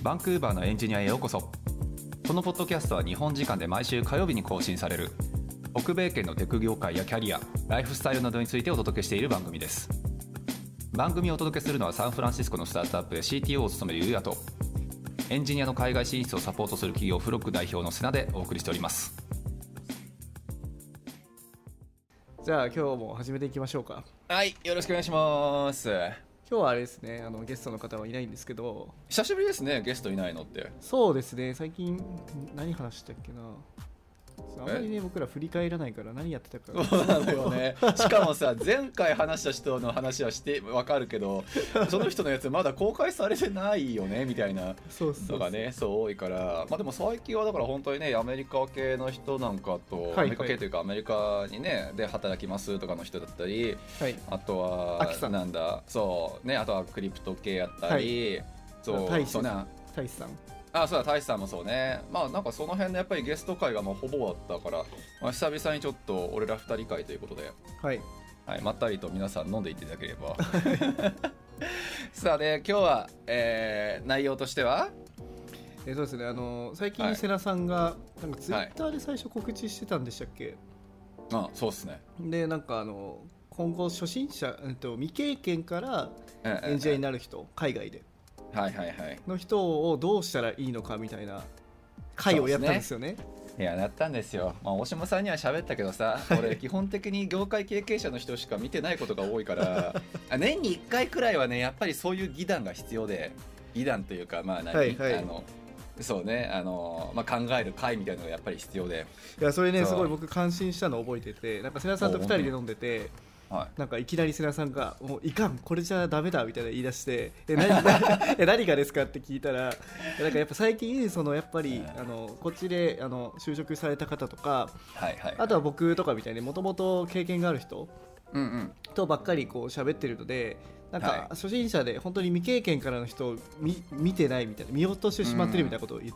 バンクーバーのエンジニアへようこそ。このポッドキャストは日本時間で毎週火曜日に更新される北米圏のテク業界やキャリア、ライフスタイルなどについてお届けしている番組です。番組をお届けするのはサンフランシスコのスタートアップで CTO を務めるゆうやと、エンジニアの海外進出をサポートする企業フロック代表の瀬名でお送りしております。 じゃあ今日も始めていきましょうか。 はい、よろしくお願いします。 今日はあれですね、ゲストの方はいないんですけど。 久しぶりですね、ゲストいないのって。 そうですね、最近何話したっけな。あまりね、僕ら振り返らないから何やってたか。 そうなのよね。しかもさ、前回話した人の話はして分かるけど、その人のやつまだ公開されてないよねみたいなのがね、そう多いから。まあでも最近はだから本当にね、アメリカ系の人なんかと、アメリカ系というかアメリカにねで働きますとかの人だったり、あとはなんだ、そうね、あとはクリプト系やったり、そうね、 タイさん。 あ、そうだ、大志さんもそうね。まあなんかその辺のやっぱりゲスト会がもうほぼだったから、まあ、久々にちょっと俺ら2人会ということで、はい、まったりと皆さん飲んでいっていただければさあで今日は、内容としてはそうですね、最近瀬名さんがなんかツイッターで最初告知してたんでしたっけ。 あ、そうですね。 でなんか今後初心者、未経験からエンジニアになる人、海外での人をどうしたらいいのかみたいな会をやったんですよね。 いや、やったんですよ。まあ、大島さんには喋ったけどさ、俺基本的に業界経験者の人しか見てないことが多いから年に1回くらいはね、やっぱりそういう議談が必要で、議談というか、まあそうね、まあ、考える会みたいなのがやっぱり必要で、 いやそれね、すごい僕感心したのを覚えてて、なんか瀬名さんと2人で飲んでて、なんかいきなり瀬名さんがもういかん、これじゃダメだみたいな言い出して何がですかって聞いたら、なんかやっぱ最近やっぱりこっちで就職された方とか、あとは僕とかみたいにもともと経験がある人とばっかりこう喋ってるので、なんか初心者で本当に未経験からの人を見てないみたいな、見落としてしまってるみたいなことを言って、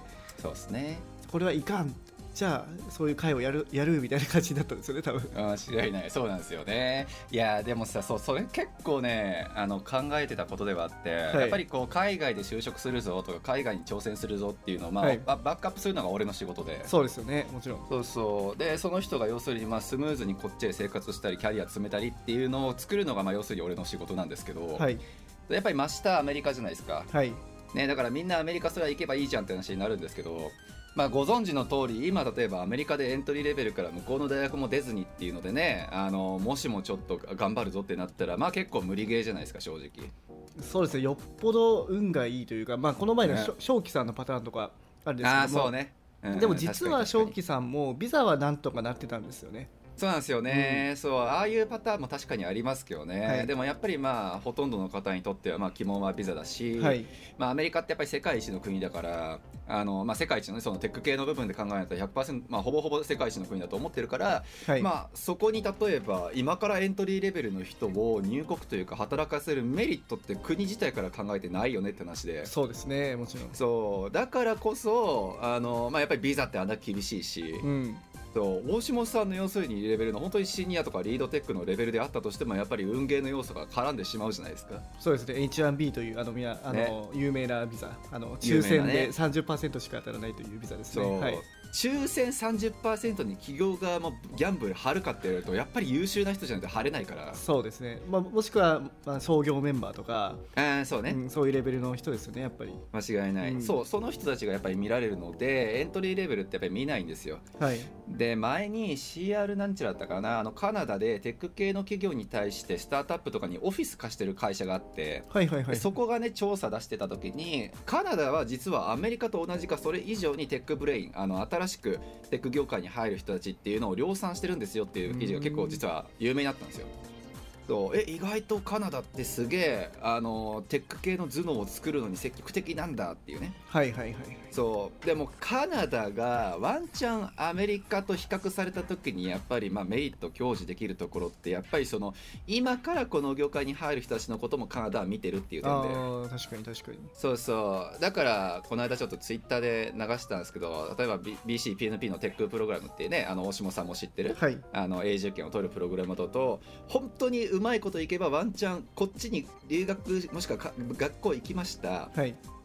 そうですね、 これはいかん、じゃあそういう会をやるみたいな感じになったんですよね、多分。 間違いない。そうなんですよね。いやでもさ、それ結構ね考えてたことではあって、やっぱりこう海外で就職するぞとか海外に挑戦するぞっていうのを、まあバックアップするのが俺の仕事で。 そうですよね、もちろん。 そうで、その人が要するにスムーズにこっちで生活したりキャリア積めたりっていうのを作るのが要するに俺の仕事なんですけど、やっぱり真下アメリカじゃないですか、ね、だからみんなアメリカそれは行けばいいじゃんって話になるんですけど、まあ、ご存知の通り今例えばアメリカでエントリーレベルから向こうの大学も出ずにっていうのでね、もしもちょっと頑張るぞってなったら、まあ結構無理ゲーじゃないですか、正直。 そうですね、よっぽど運がいいというか、まあ、この前の正気さんのパターンとかあるんですけども、 そうね、 でも実は正気さんもビザはなんとかなってたんですよね。 そうなんですよね、そう、ああいうパターンも確かにありますけどね、でもやっぱりまあほとんどの方にとっては鬼門はビザだし、まあ、アメリカってやっぱり世界一の国だからまあ、世界一の、ね、そのテック系の部分で考えたら 100%、まあ、ほぼほぼ世界一の国だと思ってるから、まあ、そこに例えば今からエントリーレベルの人を入国というか働かせるメリットって国自体から考えてないよねって話で。 そうですね、もちろん。 そうだからこそまあ、やっぱりビザってあんな厳しいし、大下さんの要するにレベルの本当にシニアとかリードテックのレベルであったとしてもやっぱり運ゲーの要素が絡んでしまうじゃないですか。 そうですね、 H1B という有名なビザ、抽選で 30% しか当たらないというビザですね。 抽選 30% に企業側もギャンブル張るかって言われるとやっぱり優秀な人じゃなくて張れないから。 そうですね、まあ、もしくは、創業メンバーとか、 そうね、 そういうレベルの人ですよね、やっぱり。 間違いない、その人たちがやっぱり見られるのでエントリーレベルってやっぱり見ないんですよ。で前に CR なんちゃらだったかな、カナダでテック系の企業に対してスタートアップとかにオフィス貸してる会社があって、そこがね調査出してた時にカナダは実はアメリカと同じかそれ以上にテックブレイン、新しくテック業界に入る人たちっていうのを量産してるんですよっていう記事が結構実は有名になったんですよ。意外とカナダってすげえテック系の頭脳を作るのに積極的なんだっていうね。そうでもカナダがワンチャンアメリカと比較された時にやっぱりメリット享受できるところってやっぱり今からこの業界に入る人たちのこともカナダは見てるっていう点で。 確かに確かに。 そうだからこの間ちょっとツイッターで流したんですけど、例えば BCPNP のテックプログラムっていうね、大下さんも知ってる、永住権を取るプログラムだと本当にうまいこといけばワンチャンこっちに留学もしくは学校行きました、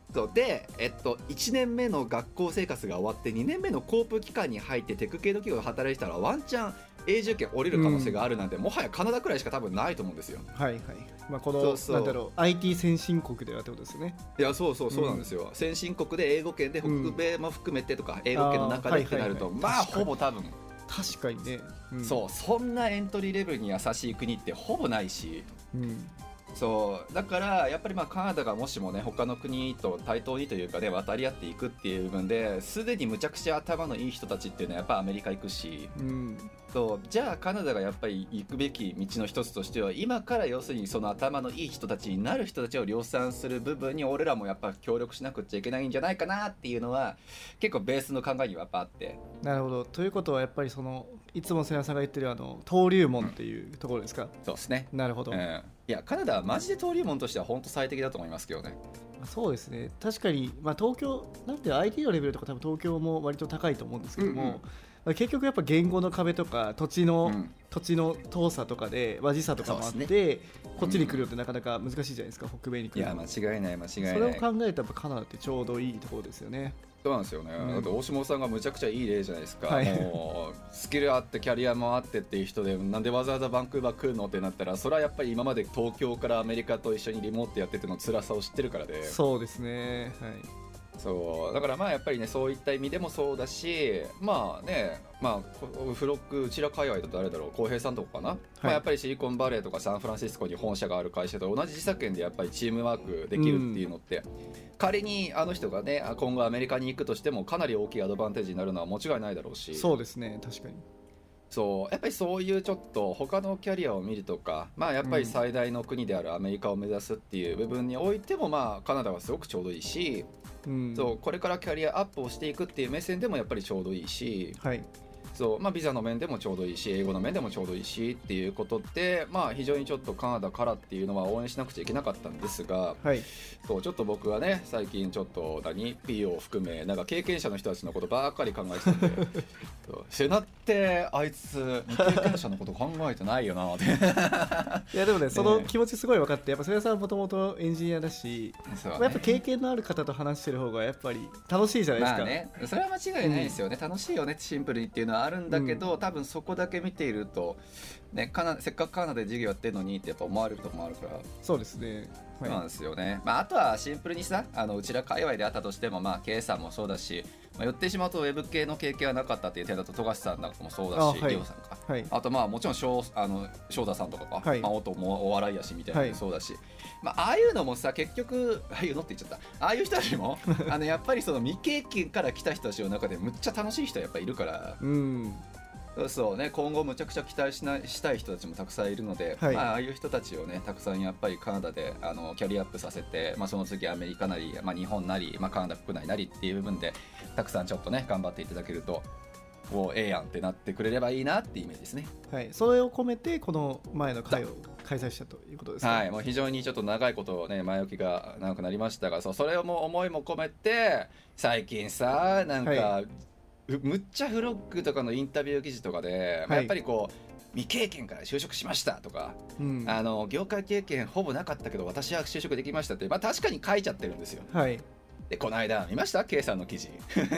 そうで、1年目の学校生活が終わって2年目のコープ期間に入ってテック系の企業で働いてたらワンチャン永住権降りる可能性があるなんて、もはやカナダくらいしか多分ないと思うんですよ。 はいはい、まあ、このなんだろう IT 先進国ではってことですよね。 いやそうなんですよ、先進国で英語圏で北米も含めてとか、英語圏の中でってなると、まあほぼ多分確かにね、 そんなエントリーレベルに優しい国ってほぼないし、そうだからやっぱりまあカナダがもしもね他の国と対等にというかね渡り合っていくっていう部分ですでにむちゃくちゃ頭のいい人たちっていうのはやっぱアメリカ行くし、そうじゃあカナダがやっぱり行くべき道の一つとしては今から要するにその頭のいい人たちになる人たちを量産する部分に俺らもやっぱ協力しなくちゃいけないんじゃないかなっていうのは結構ベースの考えにはやっぱあって。 なるほど。ということはやっぱりそのいつも瀬谷さんが言ってる登竜門っていうところですか。 そうですね。 なるほど、 いやカナダはマジで登竜門としては本当最適だと思いますけどね。 そうですね、確かに、まあ、東京なんて IT のレベルとか多分東京も割と高いと思うんですけども、結局やっぱ言語の壁とか土地の遠さとかで時差とかもあって、こっちに来るのってなかなか難しいじゃないですか、北米に来るの。 いや間違いないそれを考えたらカナダってちょうどいいところですよね。 そうなんですよね、だって大下さんがむちゃくちゃいい例じゃないですか、もうスキルあってキャリアもあってっていう人でなんでわざわざバンクーバー来るのってなったら、それはやっぱり今まで東京からアメリカと一緒にリモートやってての辛さを知ってるからで。 そうですね、はい、 そうだからまあやっぱりねそういった意味でもそうだし、まあねフロックうちら界隈だと誰だろう、浩平さんとかかな、まあ、やっぱりシリコンバレーとかサンフランシスコに本社がある会社と同じ自社圏でやっぱりチームワークできるっていうのって、仮にあの人がね今後アメリカに行くとしてもかなり大きいアドバンテージになるのは間違いないだろうし。 そうですね、確かに。 そうやっぱりそういうちょっと他のキャリアを見るとか、まあやっぱり最大の国であるアメリカを目指すっていう部分においてもまあカナダはすごくちょうどいいし、そうこれからキャリアアップをしていくっていう目線でもやっぱりちょうどいいし、そうまあ、ビザの面でもちょうどいいし英語の面でもちょうどいいしっていうことで、まあ、非常にちょっとカナダからっていうのは応援しなくちゃいけなかったんですが、そうちょっと僕はね最近ちょっとPO を含めなんか経験者の人たちのことばっかり考えてたんでせなってあいつ経験者のこと考えてないよなっていやでもねその気持ちすごい分かって、やっぱ瀬谷さんもともとエンジニアだし、やっぱ経験のある方と話してる方がやっぱり楽しいじゃないですか。 まあね、それは間違いないですよね、楽しいよねシンプルにっていうのはあるんだけど、多分そこだけ見ていると、ね、せっかくカナダで授業やってるのにってやっぱ思われるとこもあるから。 そうですね、 そうなんですよね、まあ、あとはシンプルにさうちら界隈であったとしても、まあ、K さんもそうだし、まあ、寄ってしまうとウェブ系の経験はなかったっていう点だと富樫さんなんかもそうだし、リオさんか、あとまあもちろん翔太さんとかか、まあ、音もお笑いやしみたいなのもそうだし、まあ、ああいうのもさ結局ああいうのって言っちゃった、ああいう人たちもやっぱりその未経験から来た人たちの中でむっちゃ楽しい人やっぱいるから、そうね、今後むちゃくちゃ期待したい人たちもたくさんいるので、まあ、ああいう人たちをねたくさんやっぱりカナダでキャリアアップさせて、まあ、その次アメリカなり、まあ、日本なり、まあ、カナダ国内なりっていう部分でたくさんちょっとね頑張っていただけるとええやんってなってくれればいいなっていうイメージですね。 それを込めてこの前の会を開催したということですか。 もう非常にちょっと長いことね前置きが長くなりましたが、それをも思いも込めて最近さなんか、むっちゃフロックとかのインタビュー記事とかで、やっぱりこう未経験から就職しましたとか、業界経験ほぼなかったけど私は就職できましたって、まあ、確かに書いちゃってるんですよ。でこの間見ました K さんの記事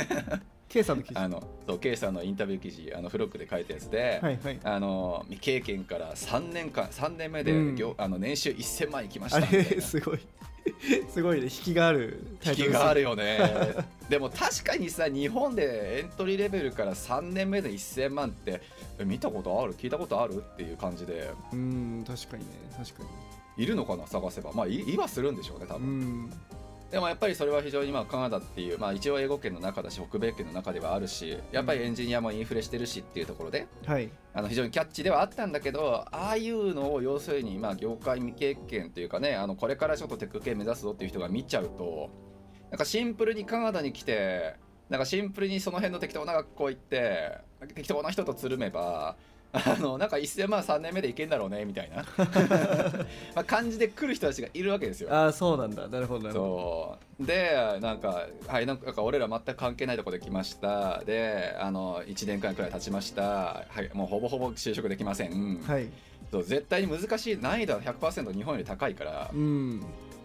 K さんの記事そう K さんのインタビュー記事フロックで書いたやつで、未経験から3年目で、年収1000万いきましたみたいな。 あれすごいすごいね、引きがあるタイトルです。引きがあるよねでも確かにさ日本でエントリーレベルから3年目で1000万って見たことある聞いたことあるっていう感じで、 確かにね、確かにいるのかな探せば、まあ今するんでしょうね多分。でもやっぱりそれは非常にカナダっていう、まあ、一応英語圏の中だし北米圏の中ではあるし、やっぱりエンジニアもインフレしてるしっていうところで、非常にキャッチではあったんだけど、ああいうのを要するに業界未経験というかねこれからちょっとテック系目指すぞっていう人が見ちゃうと、なんかシンプルにカナダに来てなんかシンプルにその辺の適当な学校行って適当な人とつるめばなんか1000万3年目でいけんだろうねみたいなまあ感じで来る人たちがいるわけですよ。 そうなんだ、なるほどなるほど。でなんか俺ら全く関係ないところで来ました、で1年間くらい経ちました、もうほぼほぼ就職できません、そう絶対に難しい難易度は 100% 日本より高いから、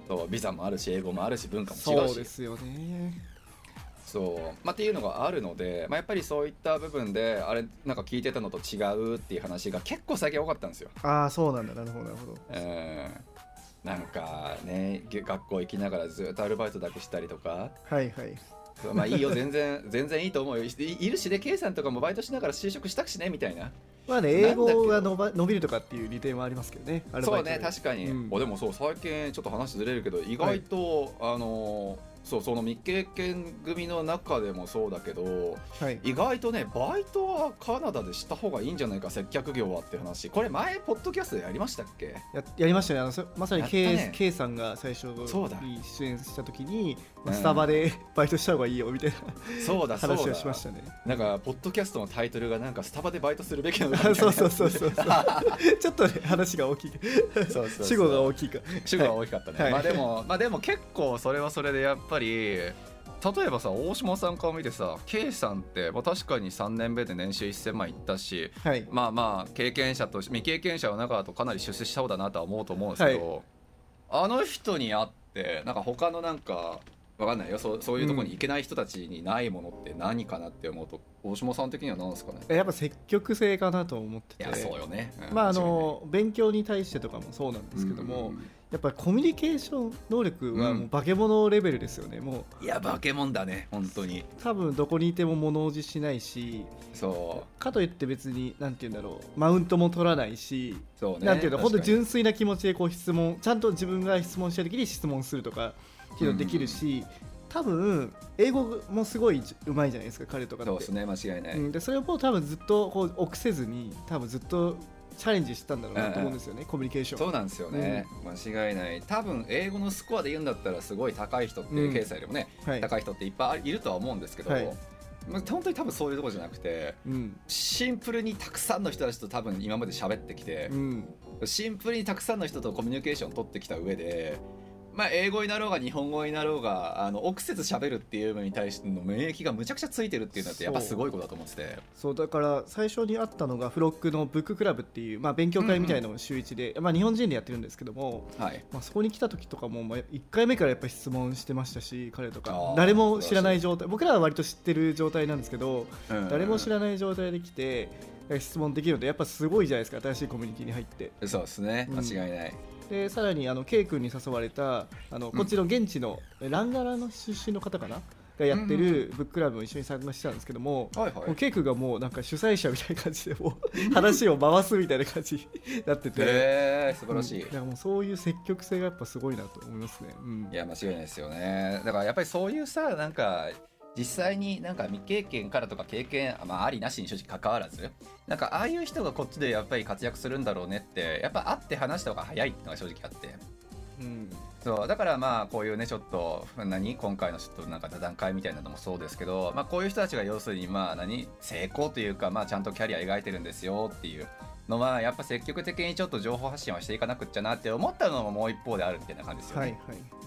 そうビザもあるし英語もあるし文化も違うし、 そうですよね。 そう、っていうのがあるので、やっぱりそういった部分であれなんか聞いてたのと違うっていう話が結構最近多かったんですよ。 ああそうなんだ、なるほどなるほど。 なんかね学校行きながらずっとアルバイトだけしたりとか、 はいはい、 いいよ全然いいと思うよ、いるしで K さんとかもバイトしながら就職したくしねみたいな。 まあね、英語が伸びるとかっていう利点はありますけどね。 そうね、確かに、でもそう最近ちょっと話ずれるけど意外と、その未経験組の中でもそうだけど、意外とねバイトはカナダでした方がいいんじゃないか、接客業はって話、これ前ポッドキャストでやりましたっけ？ やりましたね。まさに K さんが最初に出演した時に、スタバでバイトした方がいいよみたいな話をしましたね。 なんかポッドキャストのタイトルがなんかスタバでバイトするべきなのかみたいなそうちょっとね話が大きい主語が大きいか主語が大きかったね、でも結構それはそれでやっぱり例えばさ大島さんから見てさ K さんって、確かに3年目で年収1000万いったし、経験者と未経験者の中だとかなり出世した方だなとは思うと思うんですけど、あの人に会ってなんか他のなんか分かんないよ、そういうところに行けない人たちにないものって何かなって思うと、大島さん的には何ですかね？ やっぱ積極性かなと思ってて。 いやそうよね、 勉強に対してとかもそうなんですけども、やっぱりコミュニケーション能力はもう化け物レベルですよね。もういや化け物だね本当に。 多分どこにいても物おじしないし、 そうかといって別になんていうんだろう、マウントも取らないし、 そうね、 なんていうの本当純粋な気持ちでこう質問、ちゃんと自分が質問したい時に質問するとかっていうのできるし、多分英語もすごいうまいじゃないですか彼とかって。 そうですね、間違いない、 でそれを多分ずっとこう臆せずに多分ずっとチャレンジしたんだろうなと思うんですよね、コミュニケーション。 そうなんですよね、間違いない。多分英語のスコアで言うんだったらすごい高い人って、経済よりもね、高い人っていっぱいいるとは思うんですけど、本当に多分そういうところじゃなくて、シンプルにたくさんの人たちと多分今まで喋ってきて、シンプルにたくさんの人とコミュニケーションを取ってきた上で、英語になろうが日本語になろうが臆せず喋るっていうのに対しての免疫がむちゃくちゃついてるっていうのってやっぱすごいことだと思ってて、 そうだから最初にあったのがフロックのブッククラブっていう、勉強会みたいなのを週1で、日本人でやってるんですけども、そこに来た時とかも、1回目からやっぱ質問してましたし、彼とか誰も知らない状態、僕らは割と知ってる状態なんですけど、誰も知らない状態で来て質問できるのでやっぱすごいじゃないですか、新しいコミュニティに入って。 そうですね、間違いない。 でさらにK 君に誘われたこっちの現地のランガラの出身の方かながやってるブッククラブも一緒に参加してたんですけども、K 君がもうなんか主催者みたいな感じでもう話を回すみたいな感じになってて、 素晴らしい。 だからもうそういう積極性がやっぱすごいなと思いますね。 いや間違いないですよね。だからやっぱりそういうさ、なんか実際になんか未経験からとか経験、ありなしに正直関わらず、なんかああいう人がこっちでやっぱり活躍するんだろうねってやっぱ会って話した方が早いっていうのが正直あって、そうだからこういうねちょっと今回のちょっとなんか座談会みたいなのもそうですけど、こういう人たちが要するに成功というかちゃんとキャリア描いてるんですよっていうのはやっぱ積極的にちょっと情報発信はしていかなくっちゃなって思ったのももう一方であるみたいな感じですよね。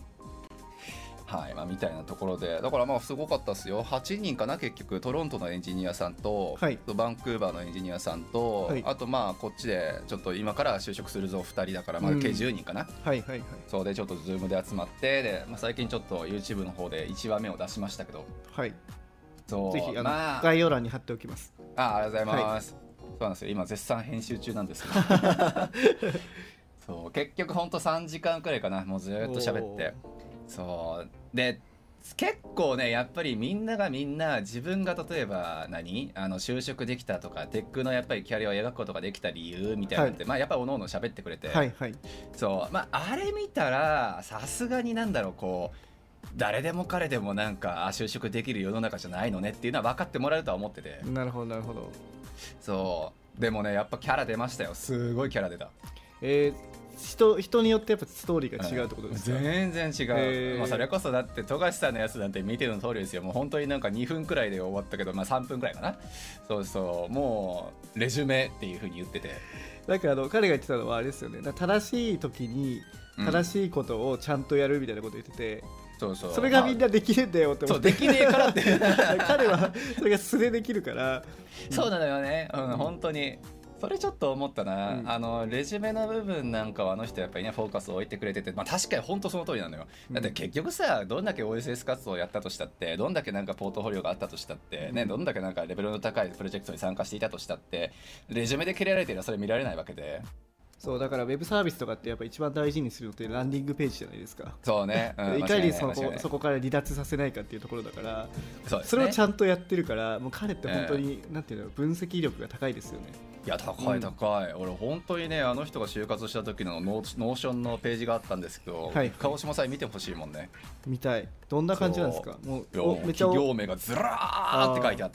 みたいなところで、だからすごかったですよ。8人かな結局、トロントのエンジニアさんと、バンクーバーのエンジニアさんと、あとこっちでちょっと今から就職するぞ2人だから計10人かな、そうでちょっと Zoom で集まってで、最近ちょっと YouTube の方で1話目を出しましたけど、 そうぜひ概要欄に貼っておきます。 ありがとうございます、そうなんですよ、今絶賛編集中なんですけどそう結局ほんと3時間くらいかな、もうずっと喋って、そうで結構ねやっぱりみんな自分が例えば就職できたとかテックのやっぱりキャリアを描くことができた理由みたいなのって、やっぱおのおの喋ってくれて、そうあれ見たらさすがにこう誰でも彼でも就職できる世の中じゃないのねっていうのは分かってもらえるとは思ってて。 なるほどなるほど。 そうでもねやっぱキャラ出ましたよ、すごいキャラ出た。 人によってやっぱストーリーが違うってことですか？ 全然違う、それこそだって富樫さんのやつなんて見ての通りですよ。もう本当に2分くらいで終わったけど、3分くらいかな。そうもうレジュメっていう風に言ってて、 彼が言ってたのはあれですよね、正しい時に正しいことをちゃんとやるみたいなこと言ってて、それがみんなできるんだよって思って、 できねえからって彼はそれが素でできるから、 そうなのよね、本当にそれちょっと思ったな、レジュメの部分なんかはあの人やっぱりねフォーカスを置いてくれてて、まあ、確かに本当その通りなのよ。だって結局さ、どんだけ OSS 活動をやったとしたって、どんだけなんかポートフォリオがあったとしたって、ね、どんだけなんかレベルの高いプロジェクトに参加していたとしたって、レジュメで切れられていればそれ見られないわけで。 そうだからウェブサービスとかってやっぱ一番大事にするのってランディングページじゃないですか。 そうね、 いかにそこから離脱させないかっていうところだから、 そうですね、 それをちゃんとやってるから、もう彼って本当に、なんていうの、分析力が高いですよね。 いや高い、俺本当にね、あの人が就活した時のノーションのページがあったんですけど、鹿島さえ見てほしいもんね。 見たい。どんな感じなんですか？ もうめっちゃ企業名がずらーって書いてあって、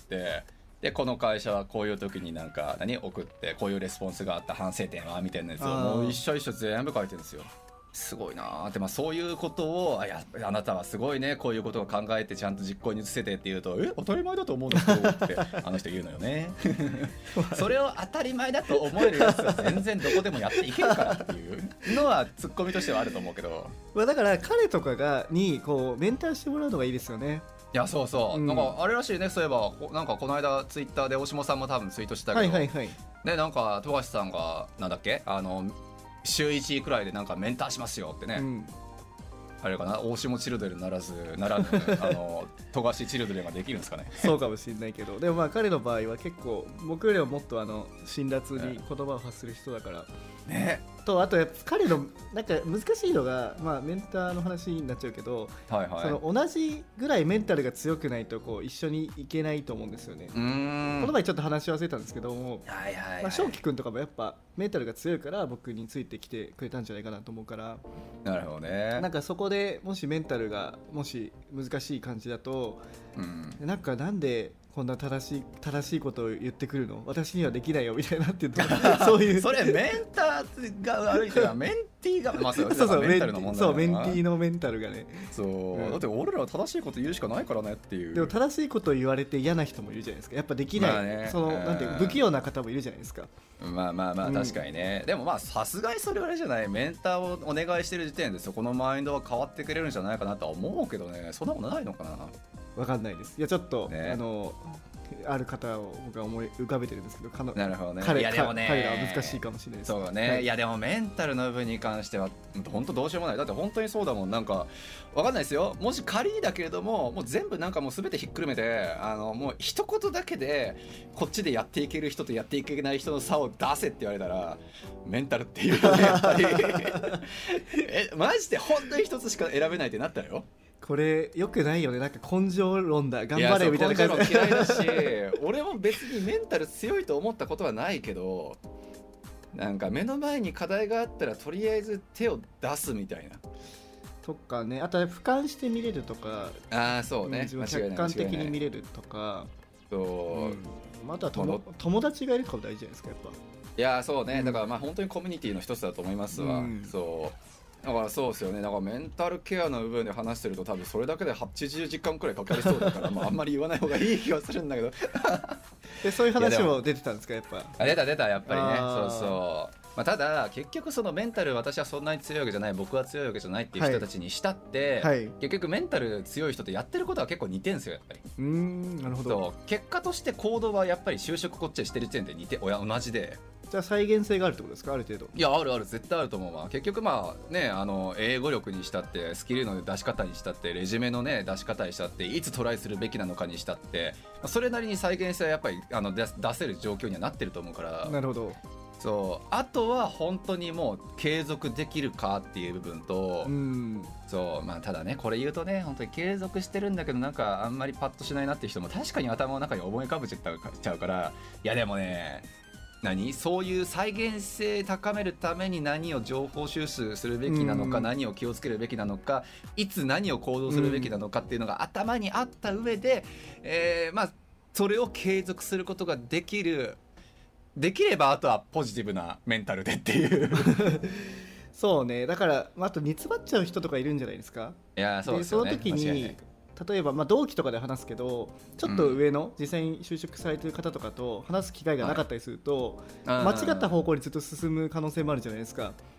でこの会社はこういう時になんか送ってこういうレスポンスがあった、反省点はみたいなやつをもう一緒全部書いてるんですよ。すごいなーって、まあ、そういうことをあなたはすごいね、こういうことを考えてちゃんと実行に移せてって言うと、当たり前だと思うんですけどってあの人言うのよねそれを当たり前だと思えるやつは全然どこでもやっていけるからっていうのはツッコミとしてはあると思うけど、 まあだから彼とかにこうメンターしてもらうのがいいですよね。 いやそうそう、なんかあれらしいね。そういえばなんかこの間ツイッターで大下さんも多分ツイートしたけど、ね、なんか富樫さんがなんだっけ、週1くらいでなんかメンターしますよってね、あれかな、大下チルドレンならぬ富樫チルドレンができるんですかねそうかもしれないけど、でもまあ彼の場合は結構僕よりはもっと辛辣に言葉を発する人だからね。 とあとやっぱ彼のなんか難しいのが、まあ、メンターの話になっちゃうけど、その同じぐらいメンタルが強くないとこう一緒にいけないと思うんですよね。この前ちょっと話し忘れたんですけども、正輝くんとかもやっぱメンタルが強いから僕についてきてくれたんじゃないかなと思うから。 なるほどね。 なんかそこでもしメンタルがもし難しい感じだと、なんでこんな正しいことを言ってくるの、私にはできないよみたいなっていうとそういうそれメンターが悪いというかメンティーが、まあ、そうメンタルの問題。 そうメンティーのメンタルがね。 そう、だって俺らは正しいこと言うしかないからねっていう。 でも正しいことを言われて嫌な人もいるじゃないですか。やっぱできない、なんていう不器用な方もいるじゃないですか。 まあ確かにね。でもまあさすがにそれはあれじゃない、メンターをお願いしてる時点でそこのマインドは変わってくれるんじゃないかなとは思うけどね。そんなことないのかな。 わかんないです。いやちょっと、ある方を僕は思い浮かべてるんですけど、 なるほどね。 彼らは難しいかもしれないです。 そうね、いやでもメンタルの部分に関しては本当どうしようもない。だって本当にそうだもん。なんかわかんないですよ、もし仮だけれども、もう全部なんかもう全てひっくるめてもう一言だけでこっちでやっていける人とやっていけない人の差を出せって言われたらメンタルっていうよねやっぱりマジで本当に一つしか選べないってなったよ。 これよくないよね。なんか根性論だ、頑張れみたいな感じ。 根性論嫌いだし俺も別にメンタル強いと思ったことはないけど、なんか目の前に課題があったらとりあえず手を出すみたいなとかね。あとは俯瞰して見れるとか、 そうね、 自分客観的に見れるとか、 そう、 あとは友達がいるとかも大事じゃないですか、やっぱ。 いやそうね、だからまあ本当にコミュニティの一つだと思いますわ。そうだからそうですよね。だからメンタルケアの部分で話してると多分それだけで80時間くらいかかりそうだからまああんまり言わない方がいい気はするんだけどでそういう話も出てたんですか、やっぱ。 出たやっぱりね。そうまあ、ただ結局そのメンタル私はそんなに強いわけじゃない、僕は強いわけじゃないっていう人たちにしたって、結局メンタル強い人とやってることは結構似てんですよやっぱり。 なるほど。 結果として行動はやっぱり就職こっちでしてる時点で同じで。 じゃあ再現性があるってことですか、ある程度。 いやある絶対あると思うわ。結局まあね、英語力にしたってスキルの出し方にしたってレジュメのね出し方にしたっていつトライするべきなのかにしたってそれなりに再現性はやっぱり出せる状況にはなってると思うから。 なるほど。 そうあとは本当にもう継続できるかっていう部分と、そうまあただねこれ言うとね本当に継続してるんだけどなんかあんまりパッとしないなっていう人も確かに頭の中に思い浮かべちゃうから、いやでもねそういう再現性高めるために何を情報収集するべきなのか、何を気をつけるべきなのか、いつ何を行動するべきなのかっていうのが頭にあった上で、まあそれを継続することができればあとはポジティブなメンタルでっていうそうね。だからあと煮詰まっちゃう人とかいるんじゃないですか。 いやそうですよね。 その時に例えば同期とかで話すけどちょっと上の実際に就職されてる方とかと話す機会がなかったりすると、間違った方向にずっと進む可能性もあるじゃないですか。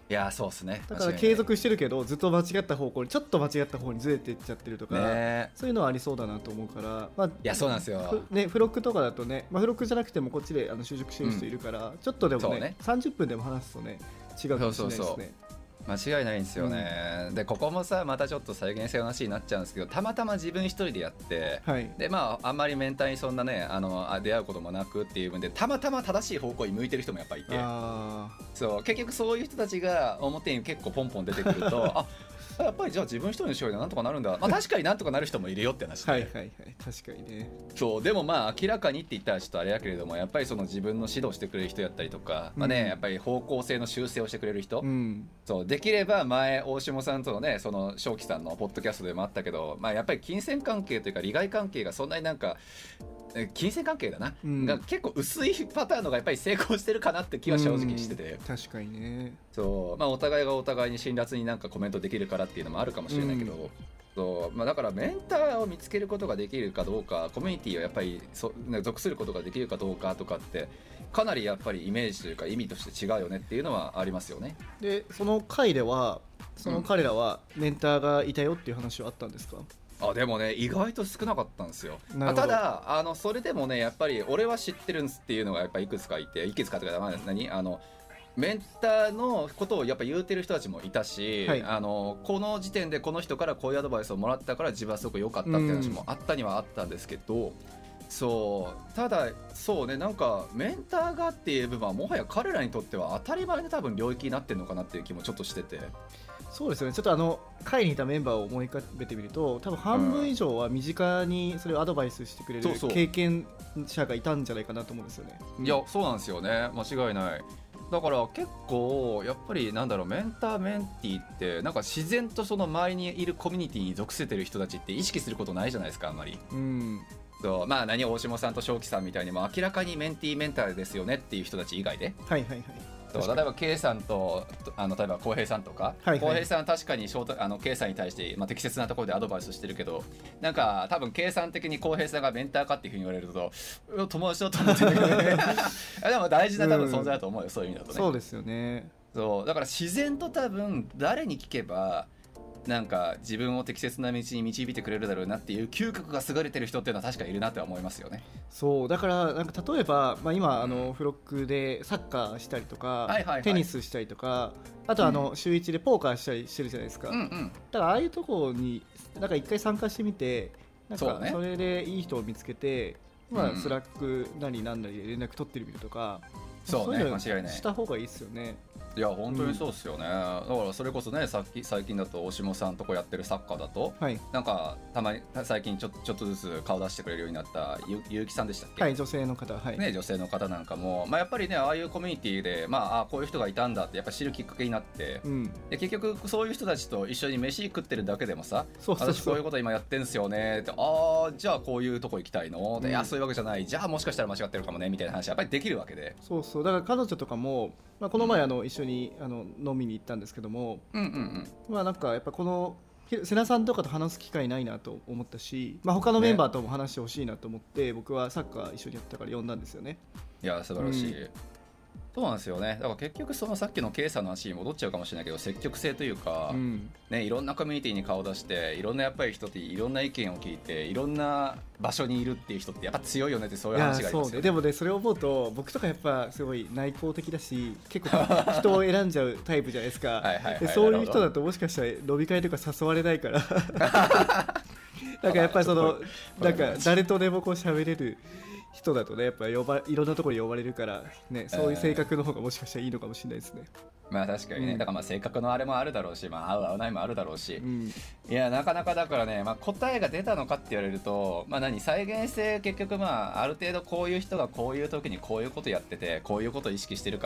いやそうですね。 だから継続してるけどずっと間違った方向にちょっと間違った方にずれていっちゃってるとか、ね、そういうのはありそうだなと思うから、まあ、いやそうなんですよ、 ね、付録とかだとね、まあ、付録じゃなくてもこっちで就職してる人いるから、ちょっとでも ね30分でも話すとね違うかもしれないですね。 間違いないんですよね、でここもさまたちょっと再現性の話になっちゃうんですけど、たまたま自分一人でやって、はい、でまああんまりメンターにそんなね出会うこともなくっていう分でたまたま正しい方向に向いてる人もやっぱいて、そう結局そういう人たちが表に結構ポンポン出てくるとあやっぱりじゃあ自分一人の仕事でなんとかなるんだ、まあ、確かになんとかなる人もいるよって話ではいはいはい確かにね。 そうでもまあ明らかにって言ったらちょっとあれやけれども、やっぱりその自分の指導してくれる人やったりとか、まあね、やっぱり方向性の修正をしてくれる人、そうできれば前大下さんとのねその正樹さんのポッドキャストでもあったけど、まあ、やっぱり金銭関係というか利害関係がそんなになんか金銭関係だな、が結構薄いパターンのがやっぱり成功してるかなって気は正直してて、 確かにね。 そう、まあ、お互いがお互いに辛辣になんかコメントできるからっていうのもあるかもしれないけど、そうまあ、だからメンターを見つけることができるかどうか、コミュニティをやっぱり属することができるかどうかとかってかなりやっぱりイメージというか意味として違うよねっていうのはありますよね。 でその回ではその彼らはメンターがいたよっていう話はあったんですか？ でもね意外と少なかったんですよ。ただそれでもねやっぱり俺は知ってるんですっていうのがやっぱりいくつかいて、いくつかというかメンターのことをやっぱ言うてる人たちもいたし、はい、この時点でこの人からこういうアドバイスをもらったから自分はすごく良かったっていう話もあったにはあったんですけど、そうただそうねなんかメンターがっていう部分はもはや彼らにとっては当たり前の多分領域になってるのかなっていう気もちょっとしてて。 そうですよね。ちょっと会にいたメンバーを思い浮かべてみると多分半分以上は身近にそれをアドバイスしてくれる経験者がいたんじゃないかなと思うんですよね。 いやそうなんですよね、間違いない。だから結構やっぱりなんだろう、メンターメンティーってなんか自然とその周りにいるコミュニティに属せてる人たちって意識することないじゃないですかあんまり。そうまあ大下さんと正樹さんみたいにも明らかにメンティーメンターですよねっていう人たち以外で、はいはいはい、例えば K さんと例えば浩平さんとか、浩平さんは確かにK さんに対して、適切なところでアドバイスしてるけど、なんか多分 K さん的に浩平さんがメンターかっていうふうに言われると友達だと思ってるけどねでも大事な多分存在だと思うよ、そういう意味だとね。 そうですよね。 そうだから自然と多分誰に聞けばなんか自分を適切な道に導いてくれるだろうなっていう嗅覚が優れてる人っていうのは確かにいるなとは思いますよね。 そうだからなんか例えば、今フロックでサッカーしたりとか、テニスしたりとか、あと週1でポーカーしたりしてるじゃないですか、だからああいうところになんか一回参加してみて、なんかそれでいい人を見つけて、スラックなりなんなりで連絡取ってみるとか、 そうね、間違いないした方がいいですよね。 いや本当にそうですよね、だからそれこそね最近だと大下さんとこやってるサッカーだと、なんかたまに最近ちょっとずつ顔出してくれるようになった結城さんでしたっけ？はい、 女性の方、 ね、女性の方なんかも、やっぱりねああいうコミュニティでこういう人がいたんだってやっぱ知るきっかけになって、で結局そういう人たちと一緒に飯食ってるだけでもさ、私こういうこと今やってんすよねって、じゃあこういうとこ行きたいの、でいやそういうわけじゃない、じゃあもしかしたら間違ってるかもねみたいな話やっぱりできるわけで、 そうだから彼女とかもこの前一緒に飲みに行ったんですけども、なんかやっぱこの瀬名さんとかと話す機会ないなと思ったし、他のメンバーとも話してほしいなと思って、僕はサッカー一緒にやったから呼んだんですよね。 いや素晴らしい、そうなんですよね。だから結局そのさっきの K さんの話に戻っちゃうかもしれないけど、積極性というか、いろんなコミュニティに顔を出していろんなやっぱり人っていろんな意見を聞いていろんな場所にいるっていう人ってやっぱ強いよねって、そういう話がありますよね。 そうでもね、それを思うと僕とかやっぱすごい内向的だし結構人を選んじゃうタイプじゃないですかそういう人だともしかしたら飲み会とか誘われないからなんかやっぱりなんか誰とでもこう喋れる人だとね、やっぱいろんなところに呼ばれるからね、そういう性格の方がもしかしたらいいのかもしれないですね。 確かにね、だから性格のあれもあるだろうし、合う合わないもあるだろうし、いやなかなかだからね、答えが出たのかって言われると、再現性結局ある程度こういう人がこういう時にこういうことやっててこういうことを意識してるから、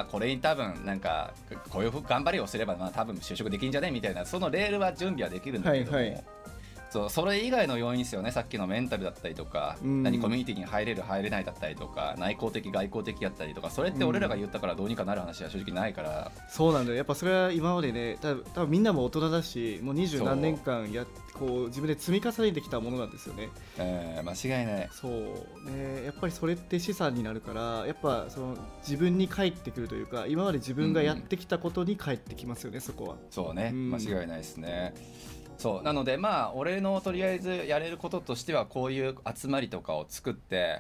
これに多分なんかこういう頑張りをすれば多分就職できるんじゃねみたいな、そのレールは準備はできるんだけども、 それ以外の要因ですよね。さっきのメンタルだったりとか、コミュニティに入れる入れないだったりとか、内向的外向的だったりとか、それって俺らが言ったからどうにかなる話は正直ないから、 そうなんだよ。やっぱそれは今までね、多分みんなも大人だし、もう20何年間こう自分で積み重ねてきたものなんですよね。 間違いない。 そうね、やっぱりそれって資産になるから、やっぱその自分に返ってくるというか、今まで自分がやってきたことに返ってきますよね、そこは。 そうね、間違いないですね。そうなので俺のとりあえずやれることとしては、こういう集まりとかを作って、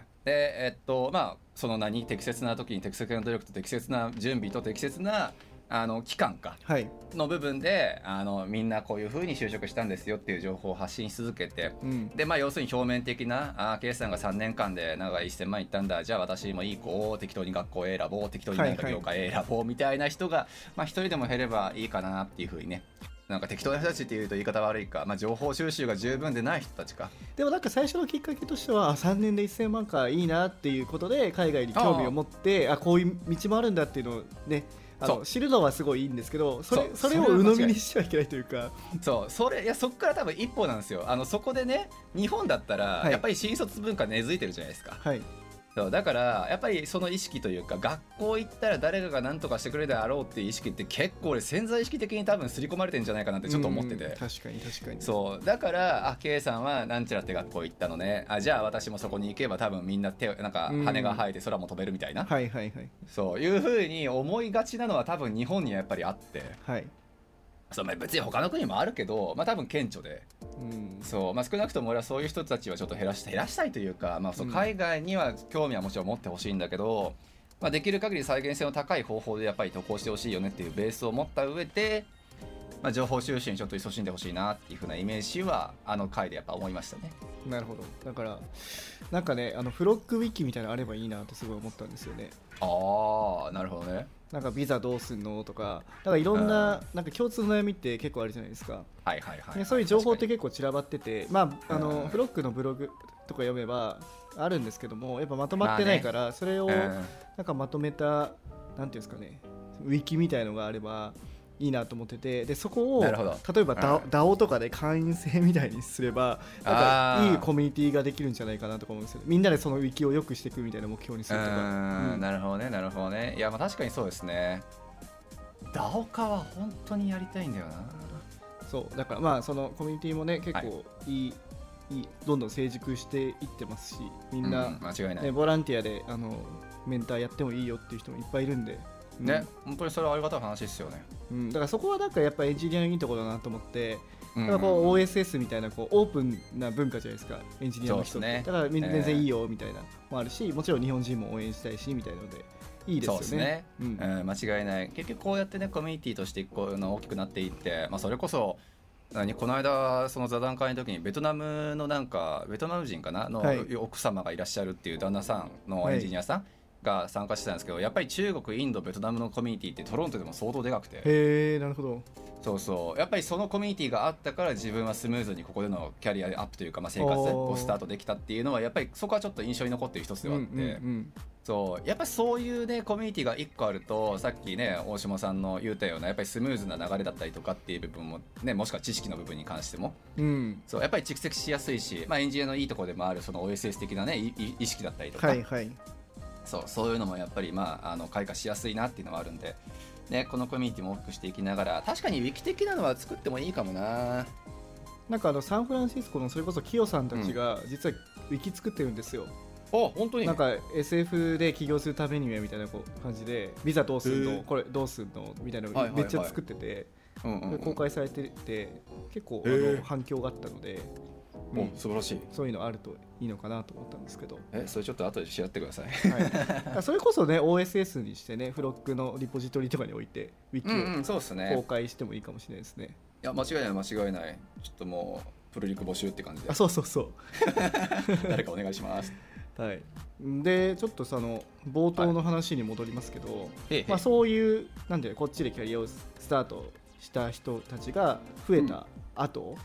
でその適切な時に適切な努力と適切な準備と適切な期間の部分で、みんなこういう風に就職したんですよっていう情報を発信し続けて、で要するに表面的なKさんが3年間でなんか1000万いったんだ、じゃあ私もいい子を適当に学校 A 選ぼう、適当になんか業界 A 選ぼうみたいな人が一人でも減ればいいかなっていう風にね。なんか適当な人たちっていうと言い方悪いか、情報収集が十分でない人たちか。 でもなんか最初のきっかけとしては、3年で1000万かいいなっていうことで海外に興味を持って、こういう道もあるんだっていうのをね、知るのはすごいいいんですけど、それを鵜呑みにしてはいけないというか、 そっから多分一歩なんですよ。そこでね、日本だったらやっぱり新卒文化根付いてるじゃないですか。はい、そうだからやっぱりその意識というか、学校行ったら誰かが何とかしてくれるであろうっていう意識って結構潜在意識的に多分刷り込まれてるんじゃないかなってちょっと思ってて。 確かにそうだから、K さんはなんちゃらって学校行ったのね、じゃあ私もそこに行けば多分みんななんか羽が生えて空も飛べるみたいな、そういう風に思いがちなのは多分日本にはやっぱりあって、別に他の国もあるけど、多分顕著で、少なくとも俺はそういう人たちはちょっと減らしたいというか、海外には興味はもちろん持ってほしいんだけど、できる限り再現性の高い方法でやっぱり渡航してほしいよねっていうベースを持った上で、情報収集にちょっと勤しんでほしいなっていう風なイメージは回でやっぱ思いましたね。 なるほど。だからなんかね、フロックウィキみたいなのあればいいなってすごい思ったんですよね。 なるほどね。 なんかビザどうすんのとか、なんかいろんな、なんか共通の悩みって結構あるじゃないですか。そういう情報って結構散らばってて、フロックのブログとか読めばあるんですけども、やっぱまとまってないから、それをなんかまとめた、なんていうんですかね、ウィキみたいのがあればいいなと思ってて、でそこを例えば DAO とかで会員制みたいにすれば、なんかいいコミュニティができるんじゃないかなとか思うんですよ。みんなでそのウィキを良くしていくみたいな目標にするとか。 なるほどね。いや確かにそうですね。DAO 化は本当にやりたいんだよな。 そうだからそのコミュニティもね、結構いいどんどん成熟していってますし、みんな、 間違いない、 ボランティアでメンターやってもいいよっていう人もいっぱいいるんでね、本当にそれはありがたい話ですよね。 だからそこはなんかやっぱエンジニアのいいところだなと思って、だからこう OSS みたいなこうオープンな文化じゃないですか、エンジニアの人って。だから全然いいよみたいなもあるし、もちろん日本人も応援したいしみたいなのでいいですよね。 間違いない。結局こうやってね、コミュニティとして大きくなっていって、それこそこの間その座談会の時にベトナムのベトナム人かなの奥様がいらっしゃるっていう旦那さんのエンジニアさんが参加してたんですけど、やっぱり中国、インド、ベトナムのコミュニティってトロントでも相当でかくて、 なるほど。 やっぱりそのコミュニティがあったから自分はスムーズにここでのキャリアアップというか、生活をスタートできたっていうのはやっぱりそこはちょっと印象に残っている一つではあって、やっぱりそういうねコミュニティが1個あると、さっきね大下さんの言ったようなやっぱりスムーズな流れだったりとかっていう部分もね、もしくは知識の部分に関しても、やっぱり蓄積しやすいし、エンジニアのいいところでもあるその OSS 的なね意識だったりとか、そういうのもやっぱり開花しやすいなっていうのはあるんで、ね、このコミュニティも大きくしていきながら、確かにウィキ的なのは作ってもいいかもな。 なんかサンフランシスコのそれこそキヨさんたちが実はウィキ作ってるんですよ。 本当になんか SF で起業するためにはみたいな感じで、ビザどうすんの、これどうすんのみたいなのめっちゃ作ってて、公開されてて結構反響があったので、 素晴らしい。 そういうのあるといいのかなと思ったんですけど、 それちょっと後でシェアってください。 それこそね OSS にしてね、フロックのリポジトリとかに置いてウィキを公開してもいいかもしれないですね。 いや間違いない。ちょっともうプルリク募集って感じで。 そう誰かお願いします。 でちょっとその冒頭の話に戻りますけど、そういうなんでこっちでキャリアをスタートした人たちが増えた後、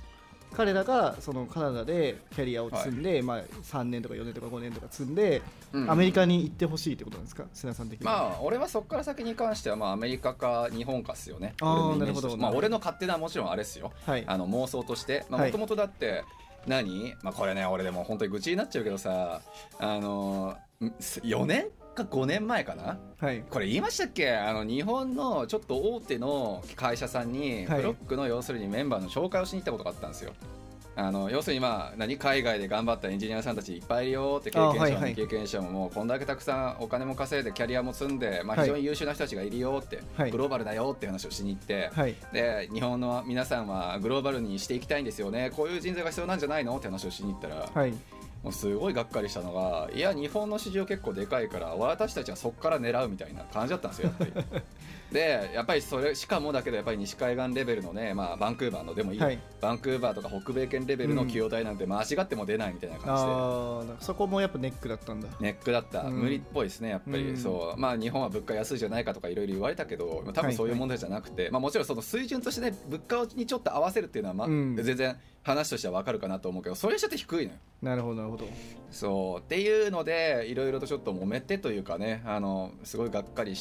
彼らがそのカナダでキャリアを積んで、まあ、3年とか4年とか5年とか積んで、アメリカに行ってほしいってことなんですか、瀬名さん的に。 まあ俺はそこから先に関してはまあアメリカか日本かっすよね。 なるほど。 まあ俺の勝手なもちろんあれっすよ、妄想としてもともとだってまあこれね俺でも本当に愚痴になっちゃうけどさ、4年か5年前かな、これ言いましたっけ、日本のちょっと大手の会社さんにブロックの要するにメンバーの紹介をしに行ったことがあったんですよ。要するにまあ海外で頑張ったエンジニアさんたちいっぱいいるよって経験者ももうこんだけたくさんお金も稼いでキャリアも積んで、まあ、非常に優秀な人たちがいるよって、グローバルだよって話をしに行って、で日本の皆さんはグローバルにしていきたいんですよね、こういう人材が必要なんじゃないのって話をしに行ったら、もうすごいがっかりしたのが、いや日本の市場結構でかいから私たちはそこから狙うみたいな感じだったんですよやっぱりでやっぱりそれしかもだけどやっぱり西海岸レベルのね、まあ、バンクーバーのでもいい、バンクーバーとか北米圏レベルの企業体なんて間違っても出ないみたいな感じで、そこもやっぱネックだったんだ。 ネックだった、無理っぽいですねやっぱり、そうまあ日本は物価安いじゃないかとかいろいろ言われたけど、多分そういう問題じゃなくて、まあ、もちろんその水準としてね物価にちょっと合わせるっていうのは、まあ全然話としては分かるかなと思うけど、それにしちゃって低いのよ。 なるほどなるほど。 そうっていうのでいろいろとちょっと揉めてというかね、すごいがっかりして、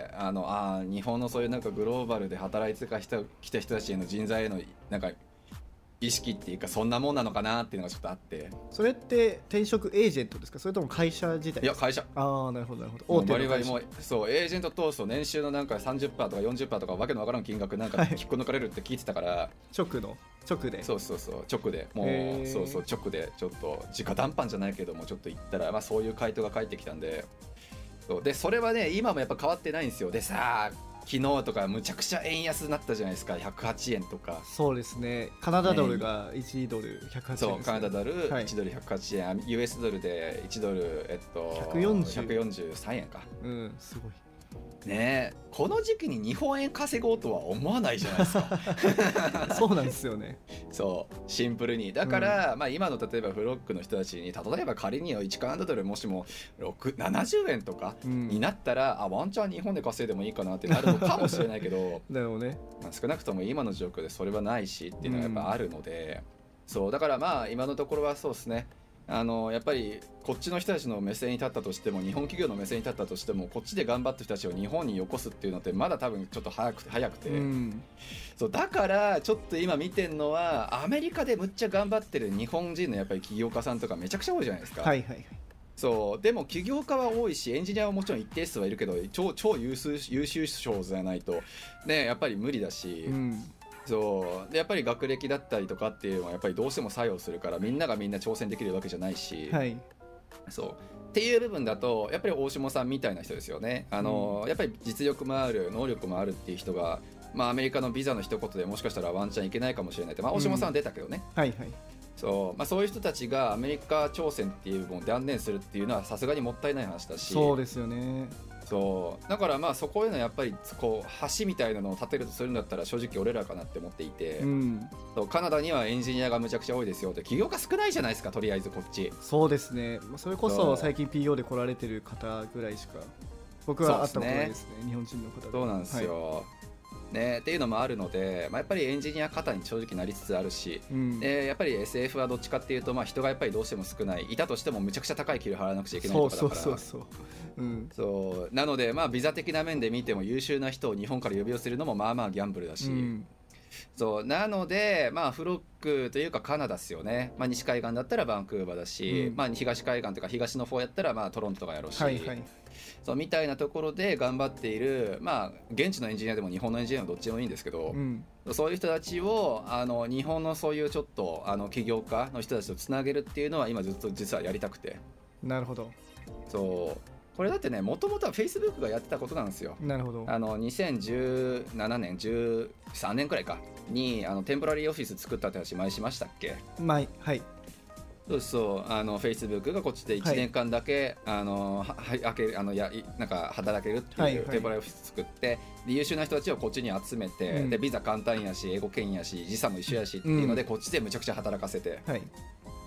日本のそういうなんかグローバルで働いてきた人たちへの人材へのなんか意識っていうかそんなもんなのかなっていうのがちょっとあって。 それって転職エージェントですか、それとも会社自体？ いや会社。 なるほどなるほど。 大手の会社。もうそうエージェント通すと年収のなんか 30% とか 40% とかわけのわからん金額なんか引っこ抜かれるって聞いてたから、 直でそう直でもう直でちょっと直談判じゃないけどもちょっと言ったら、まあ、そういう回答が返ってきたんで、それはね今もやっぱ変わってないんですよ。でさ昨日とかむちゃくちゃ円安になったじゃないですか、108円とか。 そうですね、カナダドルが1ドル108円です、ね、 そうカナダドル1ドル108円、US ドルで1ドル143円か。 すごいね。この時期に日本円稼ごうとは思わないじゃないですかそうなんですよね。 そうシンプルにだから、まあ、今の例えばフロックの人たちに例えば仮に1カナダドルもしも70円とかになったら、ワンチャン日本で稼いでもいいかなってなるのかもしれないけどなるほどね、 まあ、少なくとも今の状況でそれはないしっていうのがやっぱあるので、そうだからまあ今のところはそうですね、やっぱりこっちの人たちの目線に立ったとしても日本企業の目線に立ったとしてもこっちで頑張ってる人たちを日本によこすっていうのってまだ多分ちょっと早くて、そうだからちょっと今見てるのはアメリカでむっちゃ頑張ってる日本人のやっぱり起業家さんとかめちゃくちゃ多いじゃないですか。そうでも起業家は多いしエンジニアはもちろん一定数はいるけど超優秀賞じゃないとねやっぱり無理だし、そうでやっぱり学歴だったりとかっていうのはやっぱりどうしても作用するからみんながみんな挑戦できるわけじゃないし、そうっていう部分だとやっぱり大下さんみたいな人ですよね。やっぱり実力もある能力もあるっていう人が、まあ、アメリカのビザの一言でもしかしたらワンチャンいけないかもしれないって、まあ、大下さんは出たけどね、そうまあ、そういう人たちがアメリカ挑戦っていうのを断念するっていうのはさすがにもったいない話だし。 そうですよね。 そうだからまあそこへのやっぱりこう橋みたいなのを立てるとするんだったら正直俺らかなって思っていて、そうカナダにはエンジニアがむちゃくちゃ多いですよって起業家少ないじゃないですかとりあえずこっち。 そうですね、それこそ最近 PO で来られてる方ぐらいしか僕は会ったことないですね、日本人の方で。 そうなんですよ、ね、っていうのもあるので、まあ、やっぱりエンジニア方に正直なりつつあるし、やっぱり SF はどっちかっていうと、まあ、人がやっぱりどうしても少ないいたとしてもめちゃくちゃ高い給料払わなくちゃいけないとかだから、そうなので、まあ、ビザ的な面で見ても優秀な人を日本から呼び寄せるのもまあまあギャンブルだし、そうなので、まあ、フロックというかカナダですよね、まあ、西海岸だったらバンクーバーだし、まあ、東海岸というか東の方やったらまあトロントとかやろうし、そうみたいなところで頑張っている、まあ、現地のエンジニアでも日本のエンジニアでもどっちでもいいんですけど、そういう人たちを日本のそういうちょっと起業家の人たちとつなげるっていうのは今ずっと実はやりたくて。 なるほど。 そうこれだってねもともとは Facebook がやってたことなんですよ。 なるほど。 2017年13年くらいかにテンポラリーオフィス作ったって話前しましたっけ？ はい。 そうFacebook がこっちで1年間だけ、なんか働けるっていうテンポラリーオフィス作って、で優秀な人たちをこっちに集めて、でビザ簡単やし英語圏やし時差も一緒やしっていうので、こっちでむちゃくちゃ働かせて、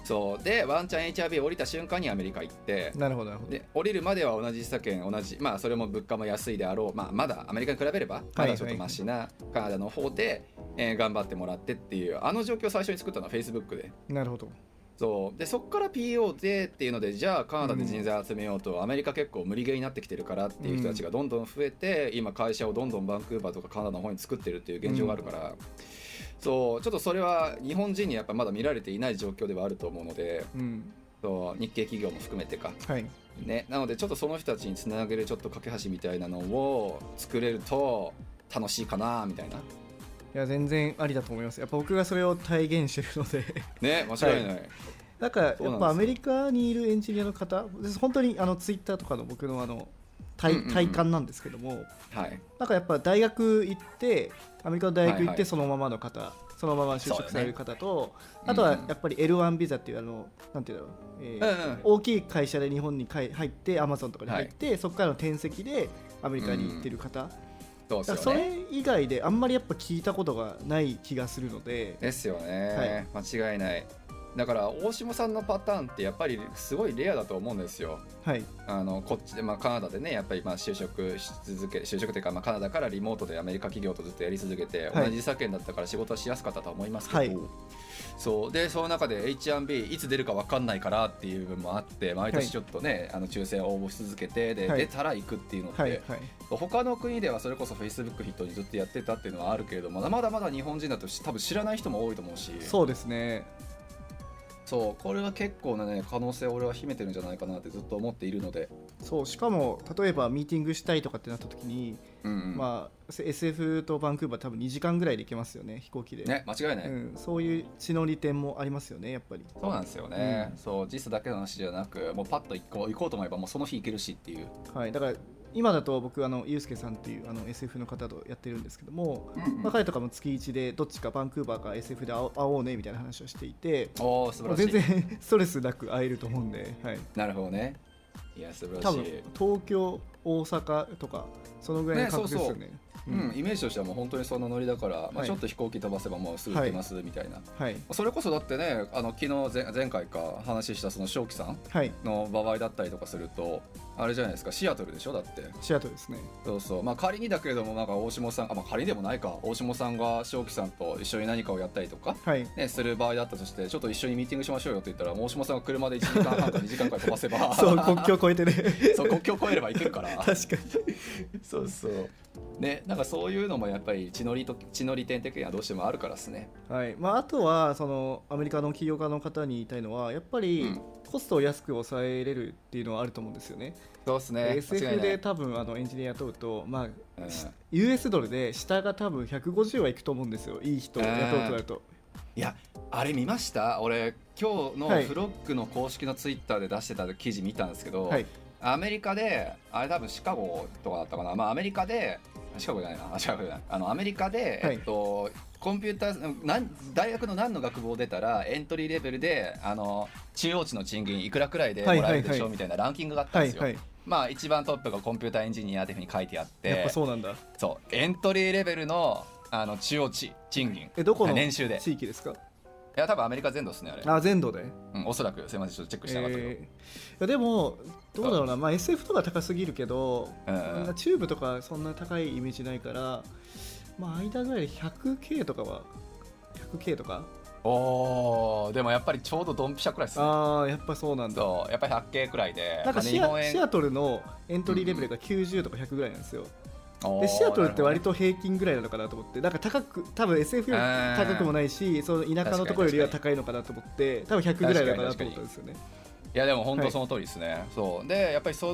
そうでワンチャン HRB 降りた瞬間にアメリカ行って、 なるほどなるほど。 で降りるまでは同じ時差券同じ、まあそれも物価も安いであろう、まあ、まだアメリカに比べればまだちょっとマシなカナダの方で、頑張ってもらってっていうあの状況を最初に作ったのは Facebook で。 なるほど。 そうでそこから PO でっていうので、じゃあカナダで人材集めようと、アメリカ結構無理ゲーになってきてるからっていう人たちがどんどん増えて、今会社をどんどんバンクーバーとかカナダの方に作ってるっていう現状があるから、そうちょっとそれは日本人にやっぱまだ見られていない状況ではあると思うので、そう日系企業も含めてか、ね、なのでちょっとその人たちにつなげるちょっと架け橋みたいなのを作れると楽しいかなみたいな。 いや全然ありだと思います。やっぱ僕がそれを体現してるのでね、間違いない、 だからやっぱアメリカにいるエンジニアの方、本当にツイッターとかの僕の体感なんですけども、なんかやっぱ大学行ってアメリカの大学行ってそのままの方、そのまま就職される方と、あとはやっぱり L1 ビザっていうなんていうの、大きい会社で日本に入ってアマゾンとかに入って、そこからの転籍でアメリカに行ってる方、それ以外であんまりやっぱ聞いたことがない気がするので。 ですよね、間違いない。だから大下さんのパターンってやっぱりすごいレアだと思うんですよ。こっちで、カナダでねやっぱり就職し続け、就職というか、カナダからリモートでアメリカ企業とずっとやり続けて、同じ時差圏だったから仕事はしやすかったと思いますけど、そうでその中で H&B いつ出るか分かんないからっていう部分もあって、毎年ちょっとね、抽選応募し続けてで、出たら行くっていうのって、他の国ではそれこそ Facebook ヒットにずっとやってたっていうのはあるけれども、まだまだ日本人だと多分知らない人も多いと思うし。 そうですね。 そうこれは結構な、可能性を俺は秘めてるんじゃないかなってずっと思っているので。 そうしかも例えばミーティングしたいとかってなった時に、SF とバンクーバー多分2時間ぐらいで行けますよね、飛行機で。 ね、間違いない、 そういう地の利点もありますよね、やっぱり。 そうなんですよね、そう実だけの話じゃなく、もうパッと行こうと思えばもうその日行けるしっていう。 だから今だと僕ユうスケさんっていうSF の方とやってるんですけども、彼とかも月1でどっちかバンクーバーか SF で会おうねみたいな話をしていて、 素晴らしい。 全然ストレスなく会えると思うんで、 なるほどね。いや素晴らしい。 多分東京大阪とかそのぐらいの感覚ですよね。 イメージとしてはもう本当にそのノリだから、ちょっと飛行機飛ばせばもうすぐ行けますみたいな、それこそだってね、昨日前回か話したその正輝さんの場合だったりとかすると、あれじゃないですか、シアトルでしょ。だってシアトルですね。 そう、仮にだけれどもなんか大下さん、仮にでもないか、大下さんが正輝さんと一緒に何かをやったりとか、する場合だったとして、ちょっと一緒にミーティングしましょうよって言ったら、大下さんが車で1時間半か2時間くらい飛ばせばそう国境越えてねそう国境越えれば行けるから確かにそうね、なんかそういうのもやっぱり地の利点的にはどうしてもあるからですね。 あとはそのアメリカの起業家の方に言いたいのは、やっぱりコストを安く抑えれるっていうのはあると思うんですよね。 そうですね。 SF で多分エンジニア雇うと、US ドルで下が多分150はいくと思うんですよ、いい人を雇うとなると。 いやあれ見ました？俺今日のフロッグの公式のツイッターで出してた記事見たんですけど、アメリカであれ多分シカゴとかだったかな、アメリカでシカゴじゃないな、シカゴじゃない、アメリカで、コンピューター大学の何の学部を出たらエントリーレベルで中央値の賃金いくらくらいでもらえるでしょうみたいなランキングがあったんですよ。一番トップがコンピューターエンジニアっていうふうに書いてあって、 やっぱそうなんだ。 そうエントリーレベルの中央値賃金、 どこの年収で地域ですか？ いや多分アメリカ全土ですね、あれ。 全土で、 おそらく。すいません、ちょっとチェックしてなかったけど、 いやでもどうだろうな、SF とか高すぎるけど、チューブとかそんな高いイメージないから、間ぐらいで 100K とかは 100K とか。 でもやっぱりちょうどドンピシャくらいですね。 やっぱそうなんだ。 やっぱり 100K くらいで、 なんかシアトルのエントリーレベルが90とか100ぐらいなんですよ。でシアトルって割と平均ぐらいなのかなと思って、なんか多分 SF より高くもないし、その田舎のところよりは高いのかなと思って、多分100ぐらいなのかなと思ったんですよね。 いやでも本当その通りですね。そうでやっぱり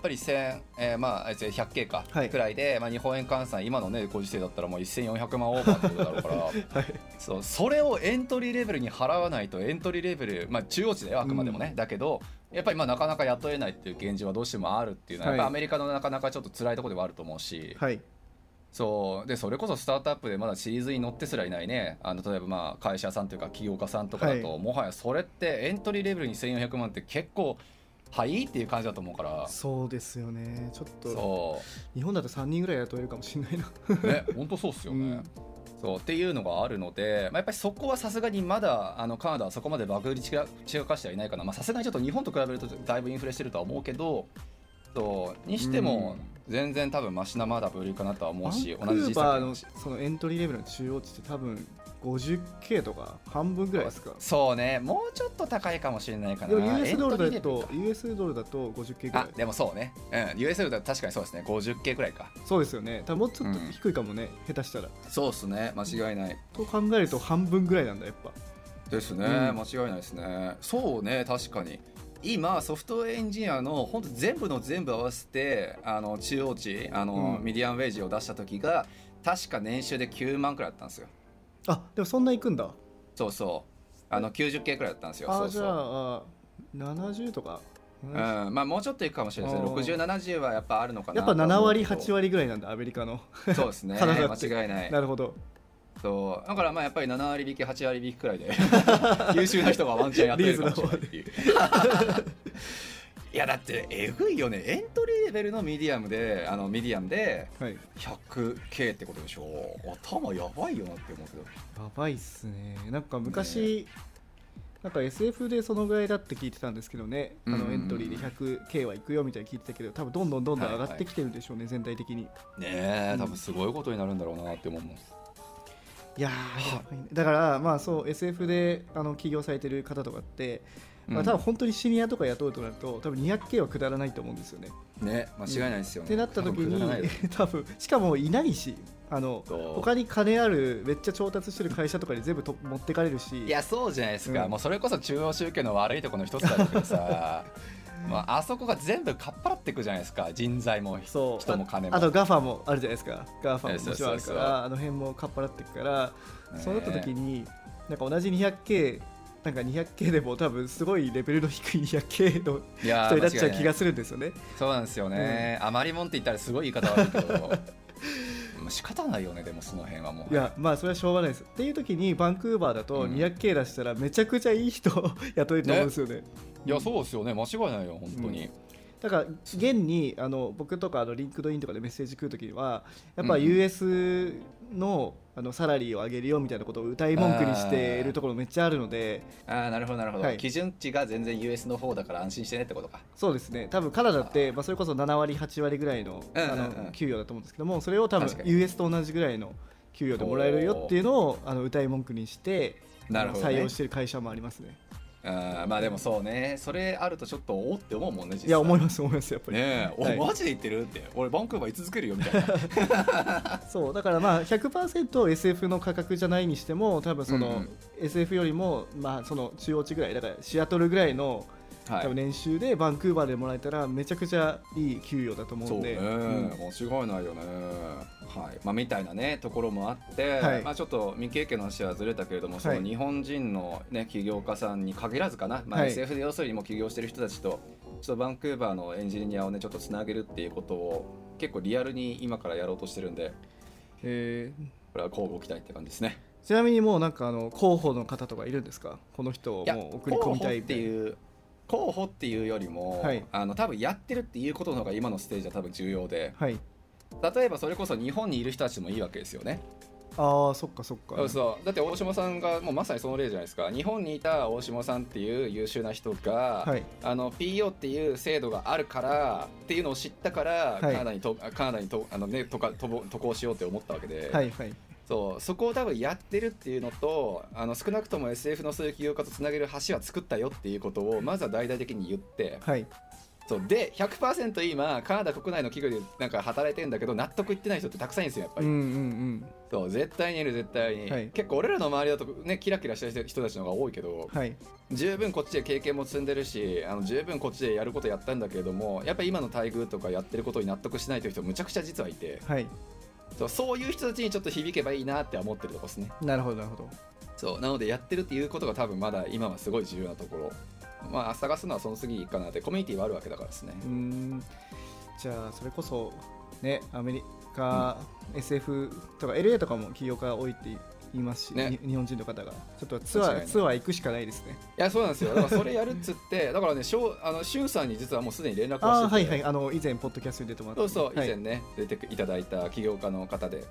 100K かくらいで、日本円換算今のねご時世だったらもう1400万オーバーってことだろうから、それをエントリーレベルに払わないと、エントリーレベル中央値だよあくまでもね、だけどやっぱりなかなか雇えないっていう現状はどうしてもあるっていうのは、やっぱアメリカのなかなかちょっと辛いところではあると思うし、そうでそれこそスタートアップでまだシリーズに乗ってすらいないね、例えば会社さんというか起業家さんとかだと、もはやそれってエントリーレベルに1400万って結構っていう感じだと思うから。 そうですよね。ちょっと日本だと3人ぐらい雇えるかもしれないなね、本当そうっすよね。 そうっていうのがあるので、やっぱりそこはさすがにまだカナダはそこまで爆売り散らかしてはいないかな。さすがにちょっと日本と比べるとだいぶインフレしてるとは思うけど、にしても全然多分マシなまだブルーかなとは思うし、 同じバンクーバーのそのエントリーレベルの中央値って多分50K とか半分ぐらいですか。 そうね、もうちょっと高いかもしれないかな。 でも US ドルだと 50K ぐらい。 でもそうね、US ドルだと確かにそうですね、50K くらいか。 そうですよね。多分もうちょっと低いかもね、下手したら。 そうですね、間違いない。 と考えると半分ぐらいなんだやっぱ。ですね、間違いないですね。そうね、確かに今ソフトウェアエンジニアの本当全部合わせて中央値ミディアムウェージを出した時が確か年収で9万くらいだったんですよ。 でもそんないくんだ。 そうそう90K くらいだったんですよ。 じゃあ70とか、 もうちょっといくかもしれないですね。60、70はやっぱあるのかな。 やっぱ7割8割ぐらいなんだアメリカの。 そうですね間違いない。 なるほど。 そうだからやっぱり7割引き8割引きくらいで優秀な人がワンチャンやってるかもしれないっていういやだってえぐいよね。エントリーレベルのミディアムで100K ってことでしょ。頭やばいよなって思うけど。 やばいっすね。なんか昔、なんか SF でそのぐらいだって聞いてたんですけどね、エントリーで 100K はいくよみたいに聞いてたけど、多分どんどん上がってきてるんでしょうね、全体的に。 ねえ、多分すごいことになるんだろうなって思うもん。 いやだからそう SF で起業されてる方とかって、多分本当にシニアとか雇うとなると多分 200K はくだらないと思うんですよね。 ね、間違いないですよね。 ってなった時に多分しかもいないし、他に金あるめっちゃ調達してる会社とかに全部持ってかれるし。 いやそうじゃないですか、もうそれこそ中央集権の悪いところの一つだけどさあそこが全部かっぱらっていくじゃないですか。人材も人も金も。 あとガファもあるじゃないですか。ガファももちろんあるから、あの辺もかっぱらっていくから、そうなった時になんか同じ 200K なんか 200K でも多分すごいレベルの低い 200K の人になっちゃう気がするんですよね。 そうなんですよね、余りもんって言ったらすごい言い方悪いけど仕方ないよね。でもその辺はもう、 いやそれはしょうがないですっていう時にバンクーバーだと 200K 出したらめちゃくちゃいい人雇えると思うんですよね。 いやそうですよね、間違いないよ本当に。 だから現に僕とかリンクドインとかでメッセージ来るときにはやっぱ US のサラリーを上げるよみたいなことを歌い文句にしているところめっちゃあるので。 なるほどなるほど、基準値が全然 US の方だから安心してねってことか。 そうですね。多分カナダってそれこそ7割8割ぐらいの給与だと思うんですけども、それを多分 US と同じぐらいの給与でもらえるよっていうのを歌い文句にして採用している会社もありますね。 でもそうね、それあるとちょっとおって思うもんね。実際いや思いますやっぱりね。マジで言ってるって俺バンクーバー居続けるよみたいなそうだから100% SF の価格じゃないにしても多分その SF よりもその中央値ぐらいだからシアトルぐらいの多分年収でバンクーバーでもらえたらめちゃくちゃいい給与だと思うんで。 そうね、間違いないよね。みたいなねところもあって、ちょっと未経験の話はずれたけれども、その日本人のね起業家さんに限らずかな、SF で要するにも起業してる人たちとちょっとバンクーバーのエンジニアをねちょっとつなげるっていうことを結構リアルに今からやろうとしてるんで、これは交互期待って感じですね。 ちなみにもうなんか候補の方とかいるんですか。この人をもう送り込みたいっていう。 候補っていうよりも、多分やってるっていうことの方が今のステージは多分重要で、例えばそれこそ日本にいる人たちでもいいわけですよね。 そっかそうだって大下さんがもうまさにその例じゃないですか。日本にいた大下さんっていう優秀な人が、PO っていう制度があるからっていうのを知ったから、カナダに渡航しようって思ったわけで、そこを多分やってるっていうのと少なくとも SF のそういう起業家とつなげる橋は作ったよっていうことをまずは大々的に言って、で 100% 今カナダ国内の企業でなんか働いてるんだけど納得いってない人ってたくさんいるんですよやっぱり。そう絶対にいる絶対に、結構俺らの周りだとねキラキラした人たちの方が多いけど、十分こっちで経験も積んでるし十分こっちでやることやったんだけれども、やっぱり今の待遇とかやってることに納得しないという人むちゃくちゃ実はいて、そういう人たちにちょっと響けばいいなって思ってるとこですね。 なるほどそうなのでやってるっていうことが多分まだ今はすごい重要なところ。探すのはその次かなってコミュニティはあるわけだからですね。 じゃあそれこそねアメリカ、SF とか LA とかも起業家多いって言いますし、日本人の方がちょっとツアー行くしかないですね。 いやそうなんですよ。だからそれやるっつってだからねシュンさんに実はもうすでに連絡をしてて、 以前ポッドキャストに出てもらって、 以前ね出ていただいた起業家の方で。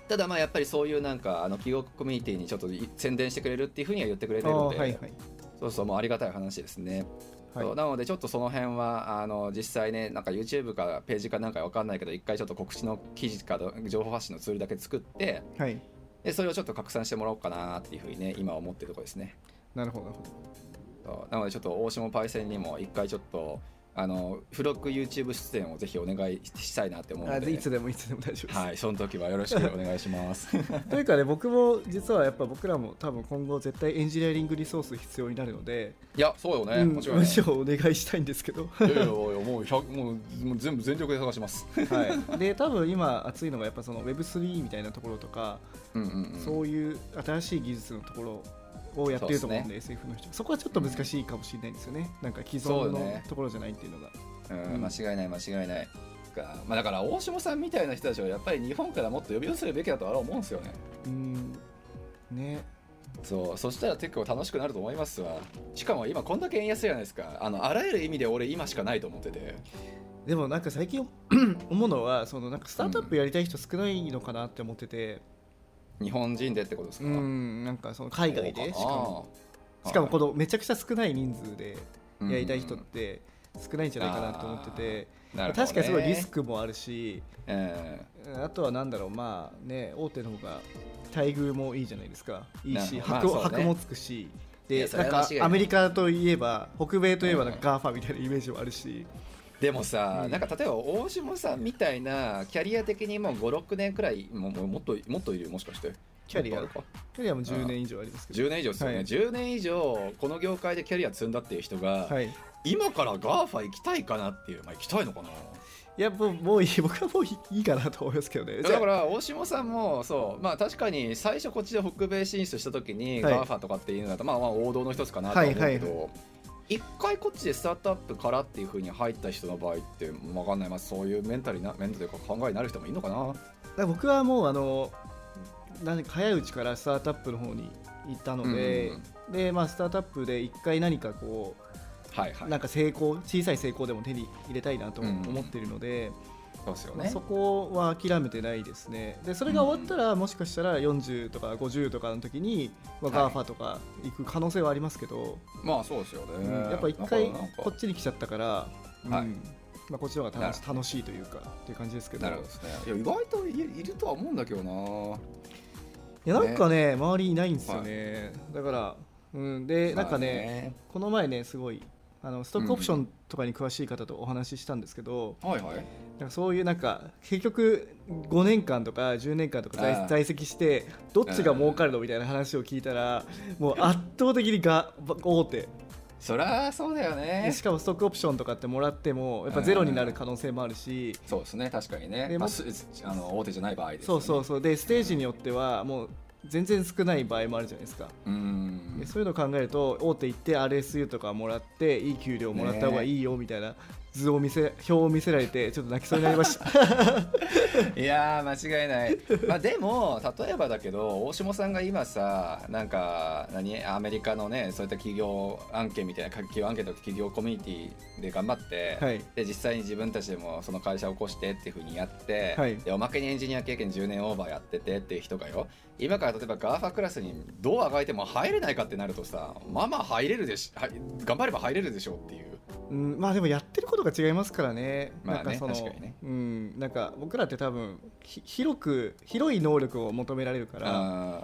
ただまあやっぱりそういうなんか企業コミュニティにちょっと宣伝してくれるっていうふうには言ってくれてるので、はいはい、そうそう、もうありがたい話ですね。はい、なのでちょっとその辺は実際ね、なんか YouTube かページかなんか分かんないけど、一回ちょっと告知の記事か情報発信のツールだけ作って、はい、でそれをちょっと拡散してもらおうかなっていうふうにね、今思ってるところですね。 なるほど。 なのでちょっと大下パイセンにも一回ちょっと付録 YouTube 出演をぜひお願いしたいなって思うので、 いつでも大丈夫です。 はい、その時はよろしくお願いしますというかね、僕も実はやっぱ僕らも多分今後絶対エンジニアリングリソース必要になるので、 いやそうよね、 もちろんむしろお願いしたいんですけど、 いやもう全部全力で探します、 はい、で多分今熱いのがやっぱその Web3 みたいなところとか、そういう新しい技術のところをやってると思うんで、SF の人、そこはちょっと難しいかもしれないんですよね。なんか既存のところじゃないっていうのが、 間違いないまあ、だから大下さんみたいな人たちはやっぱり日本からもっと呼び寄せるべきだと思うんですよね。 ね、 そしたら結構楽しくなると思いますわ。しかも今こんだけ円安じゃないですか。あらゆる意味で俺今しかないと思ってて。 でもなんか最近思うのは、そのなんかスタートアップやりたい人少ないのかなって思ってて、 日本人でってことですか？ なんかその海外でしかもこのめちゃくちゃ少ない人数でやりたい人って少ないんじゃないかなと思ってて、確かにすごいリスクもあるし、あとはなんだろう、まあね、大手の方が待遇もいいじゃないですか。いいし、箔もつくし、でなんかアメリカといえば北米といえばなんか GAFA みたいなイメージもあるし、 でもさ、なんか例えば大下さんみたいなキャリア的にもう 5,6 年くらいもっといるよ、もしかしてキャリアも10年以上ありますけど、 10年以上ですよね、10年以上この業界でキャリア積んだっていう人が、今から GAFA 行きたいかなっていう、行きたいのかな。 いやもういい、僕はもういいかなと思いますけどね。 だから大下さんもそう、確かに最初こっちで北米進出した時に GAFA とかっていうのだと王道の一つかなと思うけど、一回こっちでスタートアップからっていう風に入った人の場合って分かんない、そういうメンタルというか考えになる人もいるのかな。だから僕はもう何か早いうちからスタートアップの方に行ったので、でスタートアップで一回何かこう、なんか小さい成功でも手に入れたいなと思っているので、 そうですよね、 そこは諦めてないですね。でそれが終わったら、もしかしたら40とか50とかの時に、GAFA とか行く可能性はありますけど、 そうですよね、 やっぱ一回こっちに来ちゃったから、こっちの方が楽しいというかっていう感じですけど。 なるほどですね。いや意外といるとは思うんだけどな。 いやなんかね、周りいないんですよね。だから、でなんかね、この前ね、すごいストックオプションとかに詳しい方とお話ししたんですけど、なんかそういうなんか結局5年間とか10年間とか在籍してどっちが儲かるのみたいな話を聞いたら、もう圧倒的に大手。 そりゃそうだよね。 しかもストックオプションとかってもらってもやっぱゼロになる可能性もあるし、 そうですね、確かにね。大手じゃない場合ですね。そうでステージによってはもう全然少ない場合もあるじゃないですか。でそういうのを考えると、大手行って RSU とかもらっていい給料もらった方がいいよみたいな表を見せられてちょっと泣きそうになりましたいやー間違いない。でも例えばだけど、大下さんが今さ、なんかアメリカのね、そういった企業案件みたいな企業案件とか企業コミュニティで頑張って、で実際に自分たちでもその会社を起こしてっていう風にやって、でおまけにエンジニア経験10年オーバーやっててっていう人がよ、今から例えば GAFA クラスにどうあがいても入れないかってなるとさ、入れるでし、頑張れば入れるでしょうっていう。 でもやってることが違いますからね。 確かにね。 なんか僕らって多分広い能力を求められるから。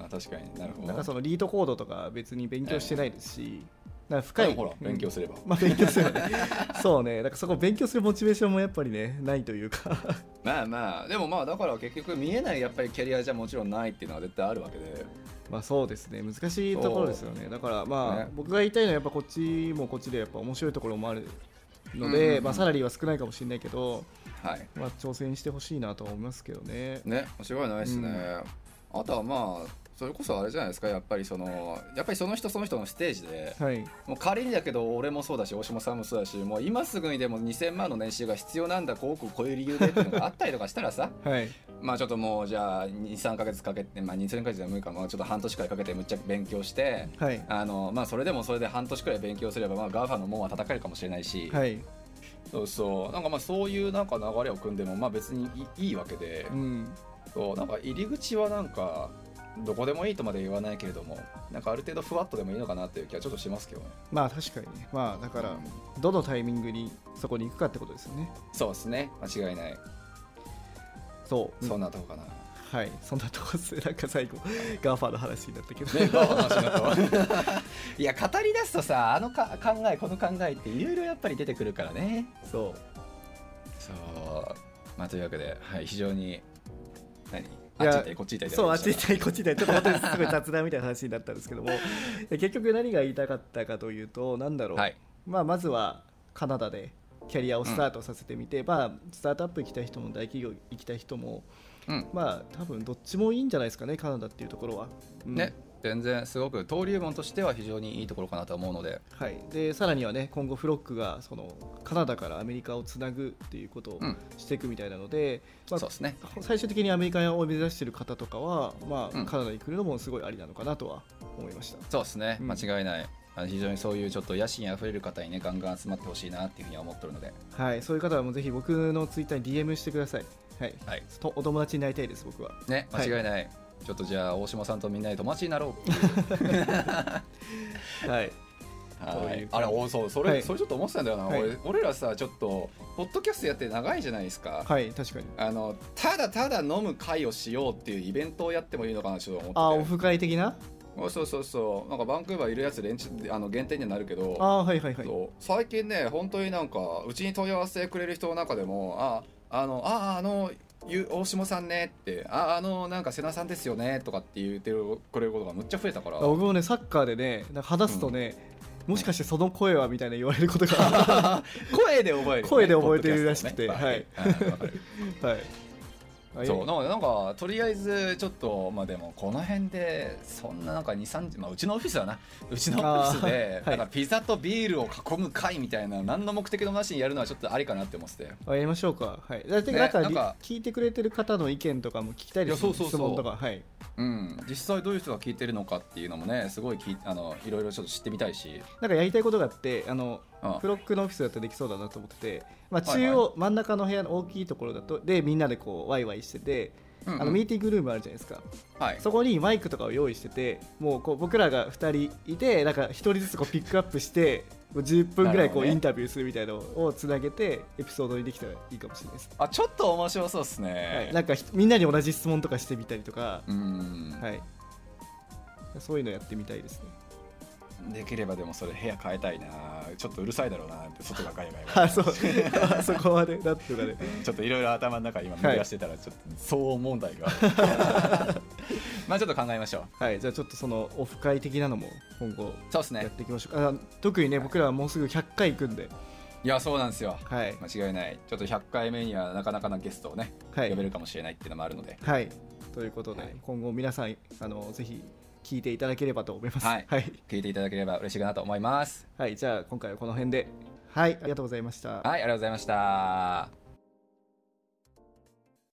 確かに、なるほど。 なんかそのリードコードとか別に勉強してないですし、だから深い、 勉強すれば、 勉強すればねそうね、なんかそこ勉強するモチベーションもやっぱりね、ないというかでもだから結局見えないやっぱりキャリアじゃもちろんないっていうのは絶対あるわけで、 そうですね、難しいところですよね。だから僕が言いたいのはやっぱこっちもこっちでやっぱ面白いところもあるので、サラリーは少ないかもしれないけど、挑戦してほしいなと思いますけどね。 間違いないですね。あとはそれこそあれじゃないですか、やっぱりその人その人のステージで、もう仮にだけど俺もそうだし大下さんもそうだし、もう今すぐにでも2000万の年収が必要なんだ、こういう理由でっていうのがあったりとかしたらさ、ちょっともうじゃあ 2,3 ヶ月かけて、2,3 ヶ月でもいいか、ちょっと半年くらいかけてむっちゃ勉強して、それでもそれで半年くらい勉強すればGAFA の門は叩かれるかもしれないし、なんかそういうなんか流れを組んでも別にいいわけで、 そうなんか入り口はなんかどこでもいいとまで言わないけれども、なんかある程度ふわっとでもいいのかなっていう気はちょっとしますけどね。 まあ確かにね、まあだからどのタイミングにそこに行くかってことですよね。 そうですね、間違いない。 そんなとこかな。 はい、そんなとこですね。なんか最後ガーファの話になったけどね、ガーファの話になったいや語り出すとさ、この考えっていろいろやっぱり出てくるからね。そうまあというわけで、はい、非常にあっち行ったりこっち行ったり、 そうあっち行ったりこっち行ったり、ちょっと本当にすごい雑談みたいな話になったんですけども結局何が言いたかったかというと、なんだろう、はい、まずはカナダでキャリアをスタートさせてみて、まあスタートアップ行きたい人も大企業行きたい人も、まあ多分どっちもいいんじゃないですかね、カナダっていうところは。 ね、全然すごく登竜門としては非常にいいところかなと思うので、 はい、でさらにはね、今後フロックがそのカナダからアメリカをつなぐっていうことをしていくみたいなので、まあ、そうですね、最終的にアメリカを目指している方とかは、まあカナダに来るのもすごいありなのかなとは思いました。 そうですね、間違いない。非常にそういうちょっと野心あふれる方にね、ガンガン集まってほしいなっていうふうには思ってるので、 はい、そういう方はもうぜひ僕のツイッターに DM してください。はい、はい、お友達になりたいです、僕は。 ね、間違いない、はい、ちょっとじゃあ大島さんとみんなで友達になろうはい、あれそれちょっと思ってたんだよな、はい、俺らさ、ちょっとポッドキャストやって長いじゃないですか。 はい、確かに。 ただ飲む会をしようっていうイベントをやってもいいのかなちょっと思ってて。 オフ会的な。 そうなんかバンクーバーいるやつ限定にはなるけど、 はいはいはい、 最近ね、本当になんかうちに問い合わせてくれる人の中でも、大下さんねって、なんか瀬名さんですよねとかって言ってくれることがむっちゃ増えたから。 僕もね、サッカーでね、なんか話すとね、もしかしてその声はみたいな言われることが声で覚える、ね、 声で覚えてるらしくて、はいはい、 そうなんかとりあえずちょっと、まあでもこの辺でそんななんか 2,3 時、まあ、うちのオフィスだな、うちのオフィスでなんかピザとビールを囲む会みたいな、何の目的のなしにやるのはちょっとありかなって思ってて、 やりましょうか。はい、なんか聞いてくれてる方の意見とかも聞きたいですね。質問とか、はい、 実際どういう人が聞いてるのかっていうのもね、すごいいろいろちょっと知ってみたいし、 なんかやりたいことがあって、フロックのオフィスだったらできそうだなと思ってて、まあ、中央、はいはい、真ん中の部屋の大きいところだとでみんなでこうワイワイしてて、ミーティングルームあるじゃないですか、はい、そこにマイクとかを用意してて、もうこう僕らが2人いて、なんか1人ずつこうピックアップして10分ぐらいこうインタビューするみたいなのをつなげてエピソードにできたらいいかもしれないです。 ちょっと面白そうですね、 はい、なんかみんなに同じ質問とかしてみたりとか、はい、そういうのやってみたいですね。 できればでもそれ部屋変えたいな、ちょっとうるさいだろうなって、外がガヤガヤそこはね、なんとかねちょっといろいろ頭の中今巡らしてたらちょっと騒音問題がまあちょっと考えましょう。はい、じゃあちょっとそのオフ会的なのも今後やっていきましょう。 そうですね、特にね、僕らはもうすぐ100回行くんで。 いや、そうなんですよ、 はい、 間違いない。ちょっと100回目にはなかなかなゲストをね、はい、呼べるかもしれないっていうのもあるので、 はい、ということで、はい、今後皆さんぜひ聞いていただければと思います。 はい、はい、聞いていただければ嬉しいかなと思います。 はい、じゃあ今回はこの辺で、はい、ありがとうございました。 はい、ありがとうございました。